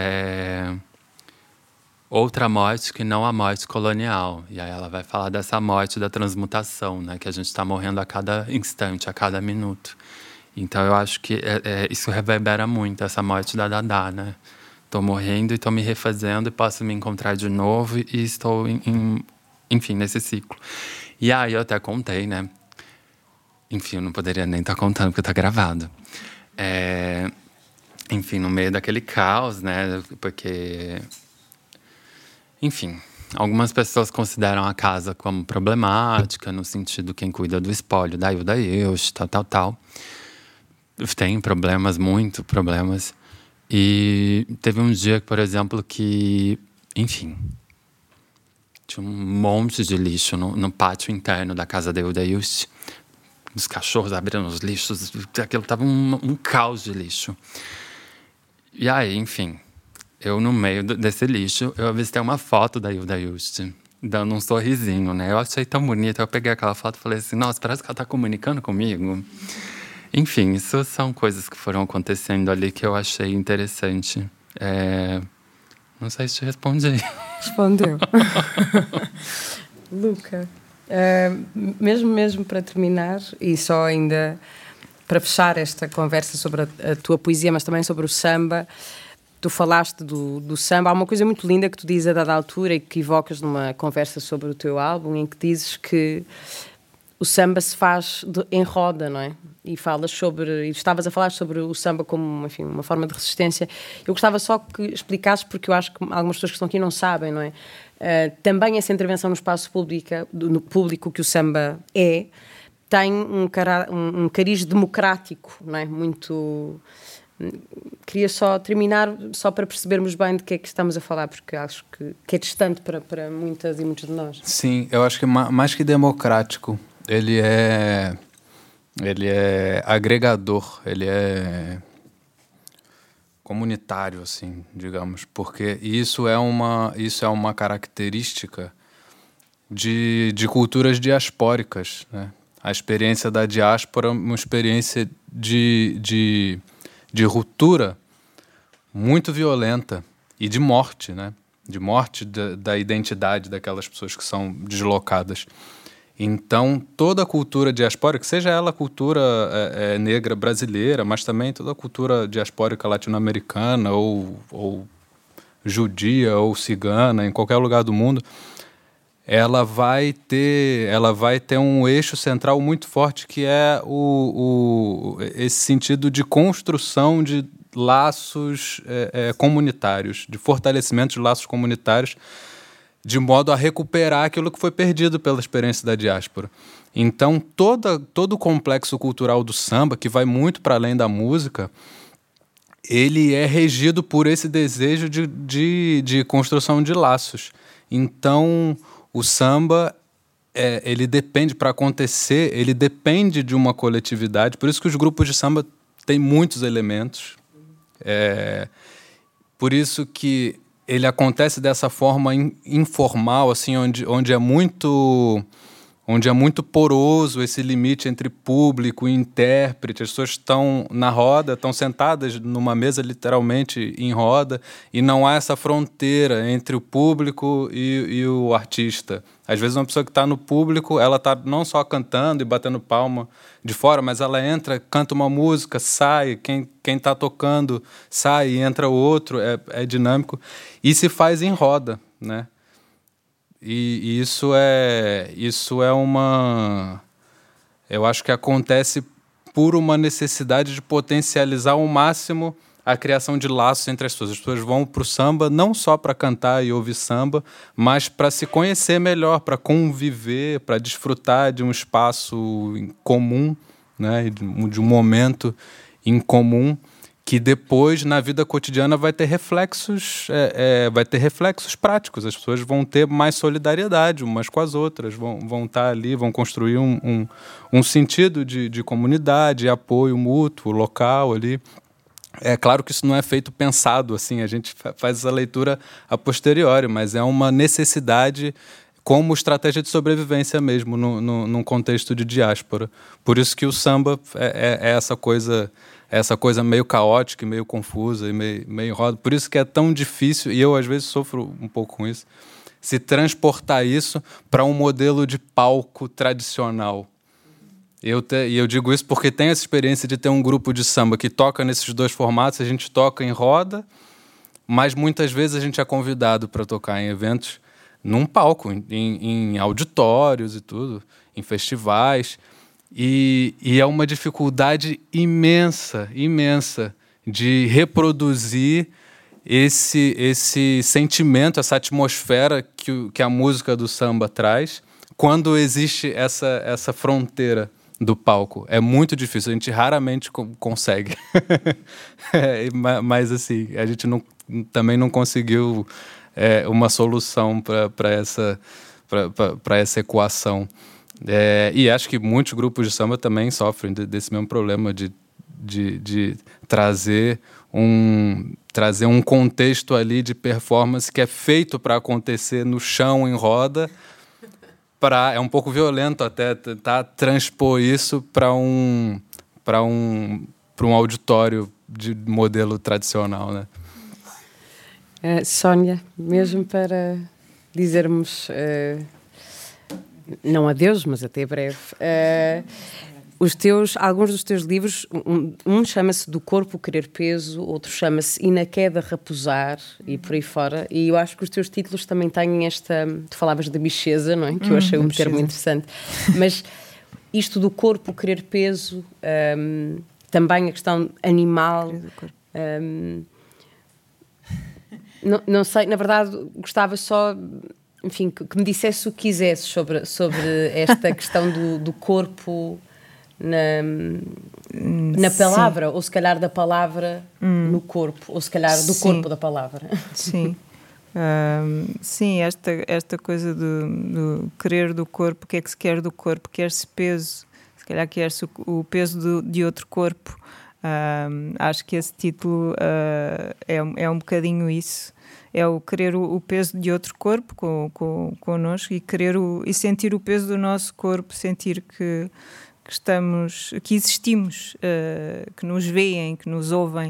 outra morte que não a morte colonial. E aí ela vai falar dessa morte da transmutação, né, que a gente está morrendo a cada instante, a cada minuto. Então eu acho que isso reverbera muito, essa morte da Dadá, né? Estou morrendo e estou me refazendo e posso me encontrar de novo e estou, enfim, nesse ciclo. E aí eu até contei, né? Enfim, eu não poderia nem estar contando porque está gravado. Enfim, no meio daquele caos, né? Porque, enfim, algumas pessoas consideram a casa como problemática, no sentido quem cuida do espólio da Hilda Just, tal. Tem problemas, muito problemas. E teve um dia, por exemplo, que, enfim, tinha um monte de lixo no pátio interno da casa da Hilda Just. Os cachorros abriram os lixos, aquilo tava um caos de lixo. E aí, enfim, eu no meio desse lixo, eu avistei uma foto da Hilda Just, dando um sorrisinho, né? Eu achei tão bonita, eu peguei aquela foto e falei assim, nossa, parece que ela tá comunicando comigo. Enfim, isso são coisas que foram acontecendo ali que eu achei interessante. Não sei se te respondi. Respondeu. Luca, mesmo para terminar, e só ainda para fechar esta conversa sobre a tua poesia, mas também sobre o samba, tu falaste do samba. Há uma coisa muito linda que tu dizes a dada altura e que evocas numa conversa sobre o teu álbum, em que dizes que o samba se faz em roda, não é? E estavas a falar sobre o samba como, enfim, uma forma de resistência. Eu gostava só que explicasses, porque eu acho que algumas pessoas que estão aqui não sabem, não é? Também essa intervenção no espaço público que o samba tem um cariz democrático, não é? Muito... Queria só terminar, só para percebermos bem de que é que estamos a falar, porque acho que é distante para muitas e muitos de nós. Sim, eu acho que mais que democrático, ele é agregador, ele é comunitário, assim, digamos, porque isso é uma característica de culturas diaspóricas, né? A experiência da diáspora é uma experiência de ruptura muito violenta e de morte, né? De morte da identidade daquelas pessoas que são deslocadas. Então, toda a cultura diaspórica, seja ela a cultura negra brasileira, mas também toda a cultura diaspórica latino-americana ou judia ou cigana, em qualquer lugar do mundo, ela vai ter um eixo central muito forte, que é esse sentido de construção de laços comunitários, de fortalecimento de laços comunitários, de modo a recuperar aquilo que foi perdido pela experiência da diáspora. Então, todo o complexo cultural do samba, que vai muito para além da música, ele é regido por esse desejo de construção de laços. Então, o samba, ele depende, para acontecer, ele depende de uma coletividade. Por isso que os grupos de samba têm muitos elementos. Por isso que ele acontece dessa forma informal, assim, onde é muito poroso esse limite entre público e intérprete. As pessoas estão na roda, estão sentadas numa mesa literalmente em roda, e não há essa fronteira entre o público e o artista. Às vezes uma pessoa que está no público, ela está não só cantando e batendo palma de fora, mas ela entra, canta uma música, sai, quem está tocando sai e entra o outro, é dinâmico, e se faz em roda, né? E isso é uma... Eu acho que acontece por uma necessidade de potencializar ao máximo a criação de laços entre as pessoas. As pessoas vão para o samba não só para cantar e ouvir samba, mas para se conhecer melhor, para conviver, para desfrutar de um espaço em comum, né? De um momento em comum, que depois, na vida cotidiana, vai ter reflexos práticos. As pessoas vão ter mais solidariedade umas com as outras, vão estar ali, vão construir um sentido de comunidade, apoio mútuo, local ali. É claro que isso não é feito pensado, assim, a gente faz essa leitura a posteriori, mas é uma necessidade como estratégia de sobrevivência mesmo, num contexto de diáspora. Por isso que o samba é essa coisa meio caótica e meio confusa e meio roda. Por isso que é tão difícil, e eu às vezes sofro um pouco com isso, se transportar isso para um modelo de palco tradicional. E eu digo isso porque tenho essa experiência de ter um grupo de samba que toca nesses dois formatos. A gente toca em roda, mas muitas vezes a gente é convidado para tocar em eventos num palco, em auditórios e tudo, em festivais. E é uma dificuldade imensa de reproduzir esse sentimento, essa atmosfera que a música do samba traz, quando existe essa fronteira do palco. É muito difícil, a gente raramente consegue. Mas assim, a gente também não conseguiu uma solução para essa equação. E acho que muitos grupos de samba também sofrem desse mesmo problema de trazer um contexto ali de performance que é feito para acontecer no chão, em roda. É um pouco violento até tentar transpor isso para um auditório de modelo tradicional, né? Sónia, mesmo para dizermos não adeus, mas até breve, alguns dos teus livros, um chama-se Do Corpo Querer Peso, outro chama-se E na Queda Raposar, e por aí fora, e eu acho que os teus títulos também têm tu falavas da bicheza, não é? Que eu achei um termo interessante, mas isto do corpo querer peso, também a questão animal, não sei, na verdade gostava só, enfim, que me dissesse o que quisesse sobre esta questão do corpo na palavra, ou se calhar da palavra no corpo, ou se calhar do corpo da palavra. Sim. Sim, esta coisa do querer do corpo, o que é que se quer do corpo? Quer-se peso, se calhar quer-se o peso de outro corpo. Acho que esse título é um bocadinho isso. É o querer o peso de outro corpo connosco e e sentir o peso do nosso corpo, sentir que existimos, que nos veem, que nos ouvem,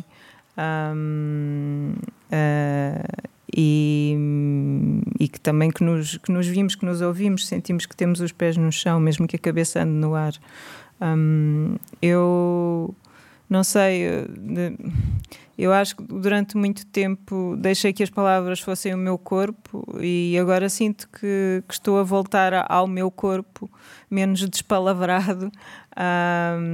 e que também que nos vimos, que nos ouvimos, sentimos que temos os pés no chão, mesmo que a cabeça ande no ar. Eu não sei, eu acho que durante muito tempo deixei que as palavras fossem o meu corpo e agora sinto que estou a voltar ao meu corpo menos despalavrado,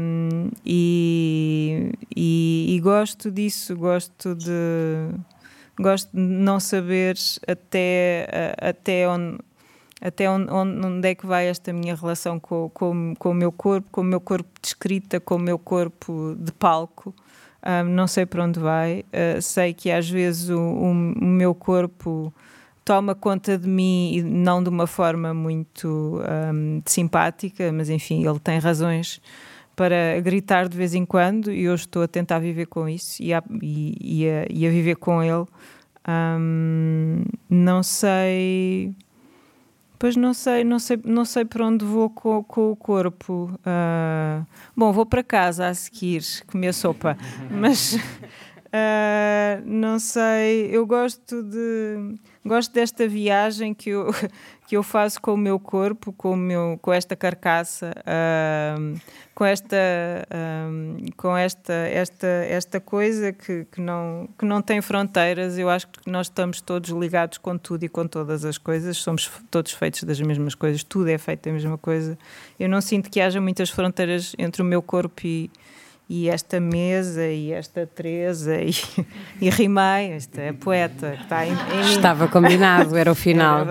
e gosto disso, gosto gosto de não saber até onde é que vai esta minha relação com o meu corpo de escrita, com o meu corpo de palco. Não sei para onde vai. Sei que às vezes o meu corpo toma conta de mim, e não de uma forma muito simpática, mas enfim, ele tem razões para gritar de vez em quando, e eu estou a tentar viver com isso e a viver com ele. Não sei... Pois não sei para onde vou com o corpo. Bom, vou para casa a seguir comer sopa, mas não sei. Eu gosto desta viagem que eu faço com o meu corpo, com esta carcaça, com esta coisa que não tem fronteiras. Eu acho que nós estamos todos ligados com tudo e com todas as coisas, somos todos feitos das mesmas coisas, tudo é feito da mesma coisa. Eu não sinto que haja muitas fronteiras entre o meu corpo e esta mesa, e esta Teresa, e rimei, esta é poeta que está em mim. Estava combinado, era o final.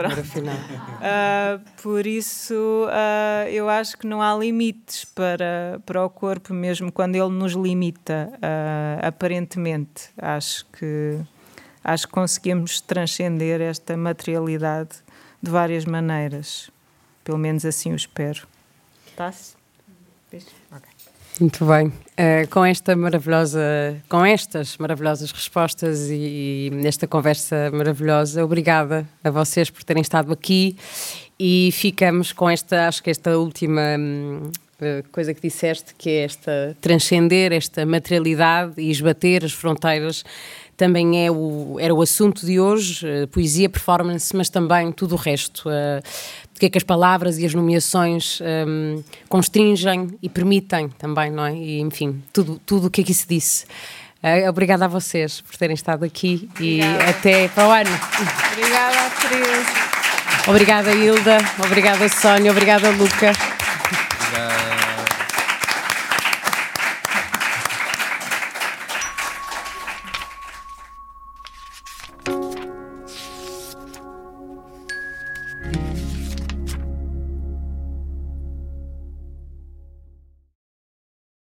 Por isso, eu acho que não há limites para o corpo, mesmo quando ele nos limita, aparentemente. Acho que conseguimos transcender esta materialidade de várias maneiras. Pelo menos assim o espero. Está-se? Ok. Muito bem. Com estas maravilhosas respostas e nesta conversa maravilhosa, obrigada a vocês por terem estado aqui, e ficamos com acho que esta última coisa que disseste, que é esta transcender esta materialidade e esbater as fronteiras. Também era o assunto de hoje, poesia, performance, mas também tudo o resto. Porque é que as palavras e as nomeações constringem e permitem também, não é? E, enfim, tudo o que é que isso disse. Obrigada a vocês por terem estado aqui. Obrigada. E até para o ano. Obrigada, Teresa. Obrigada, Hilda. Obrigada, Sónia. Obrigada, Luca. Obrigado.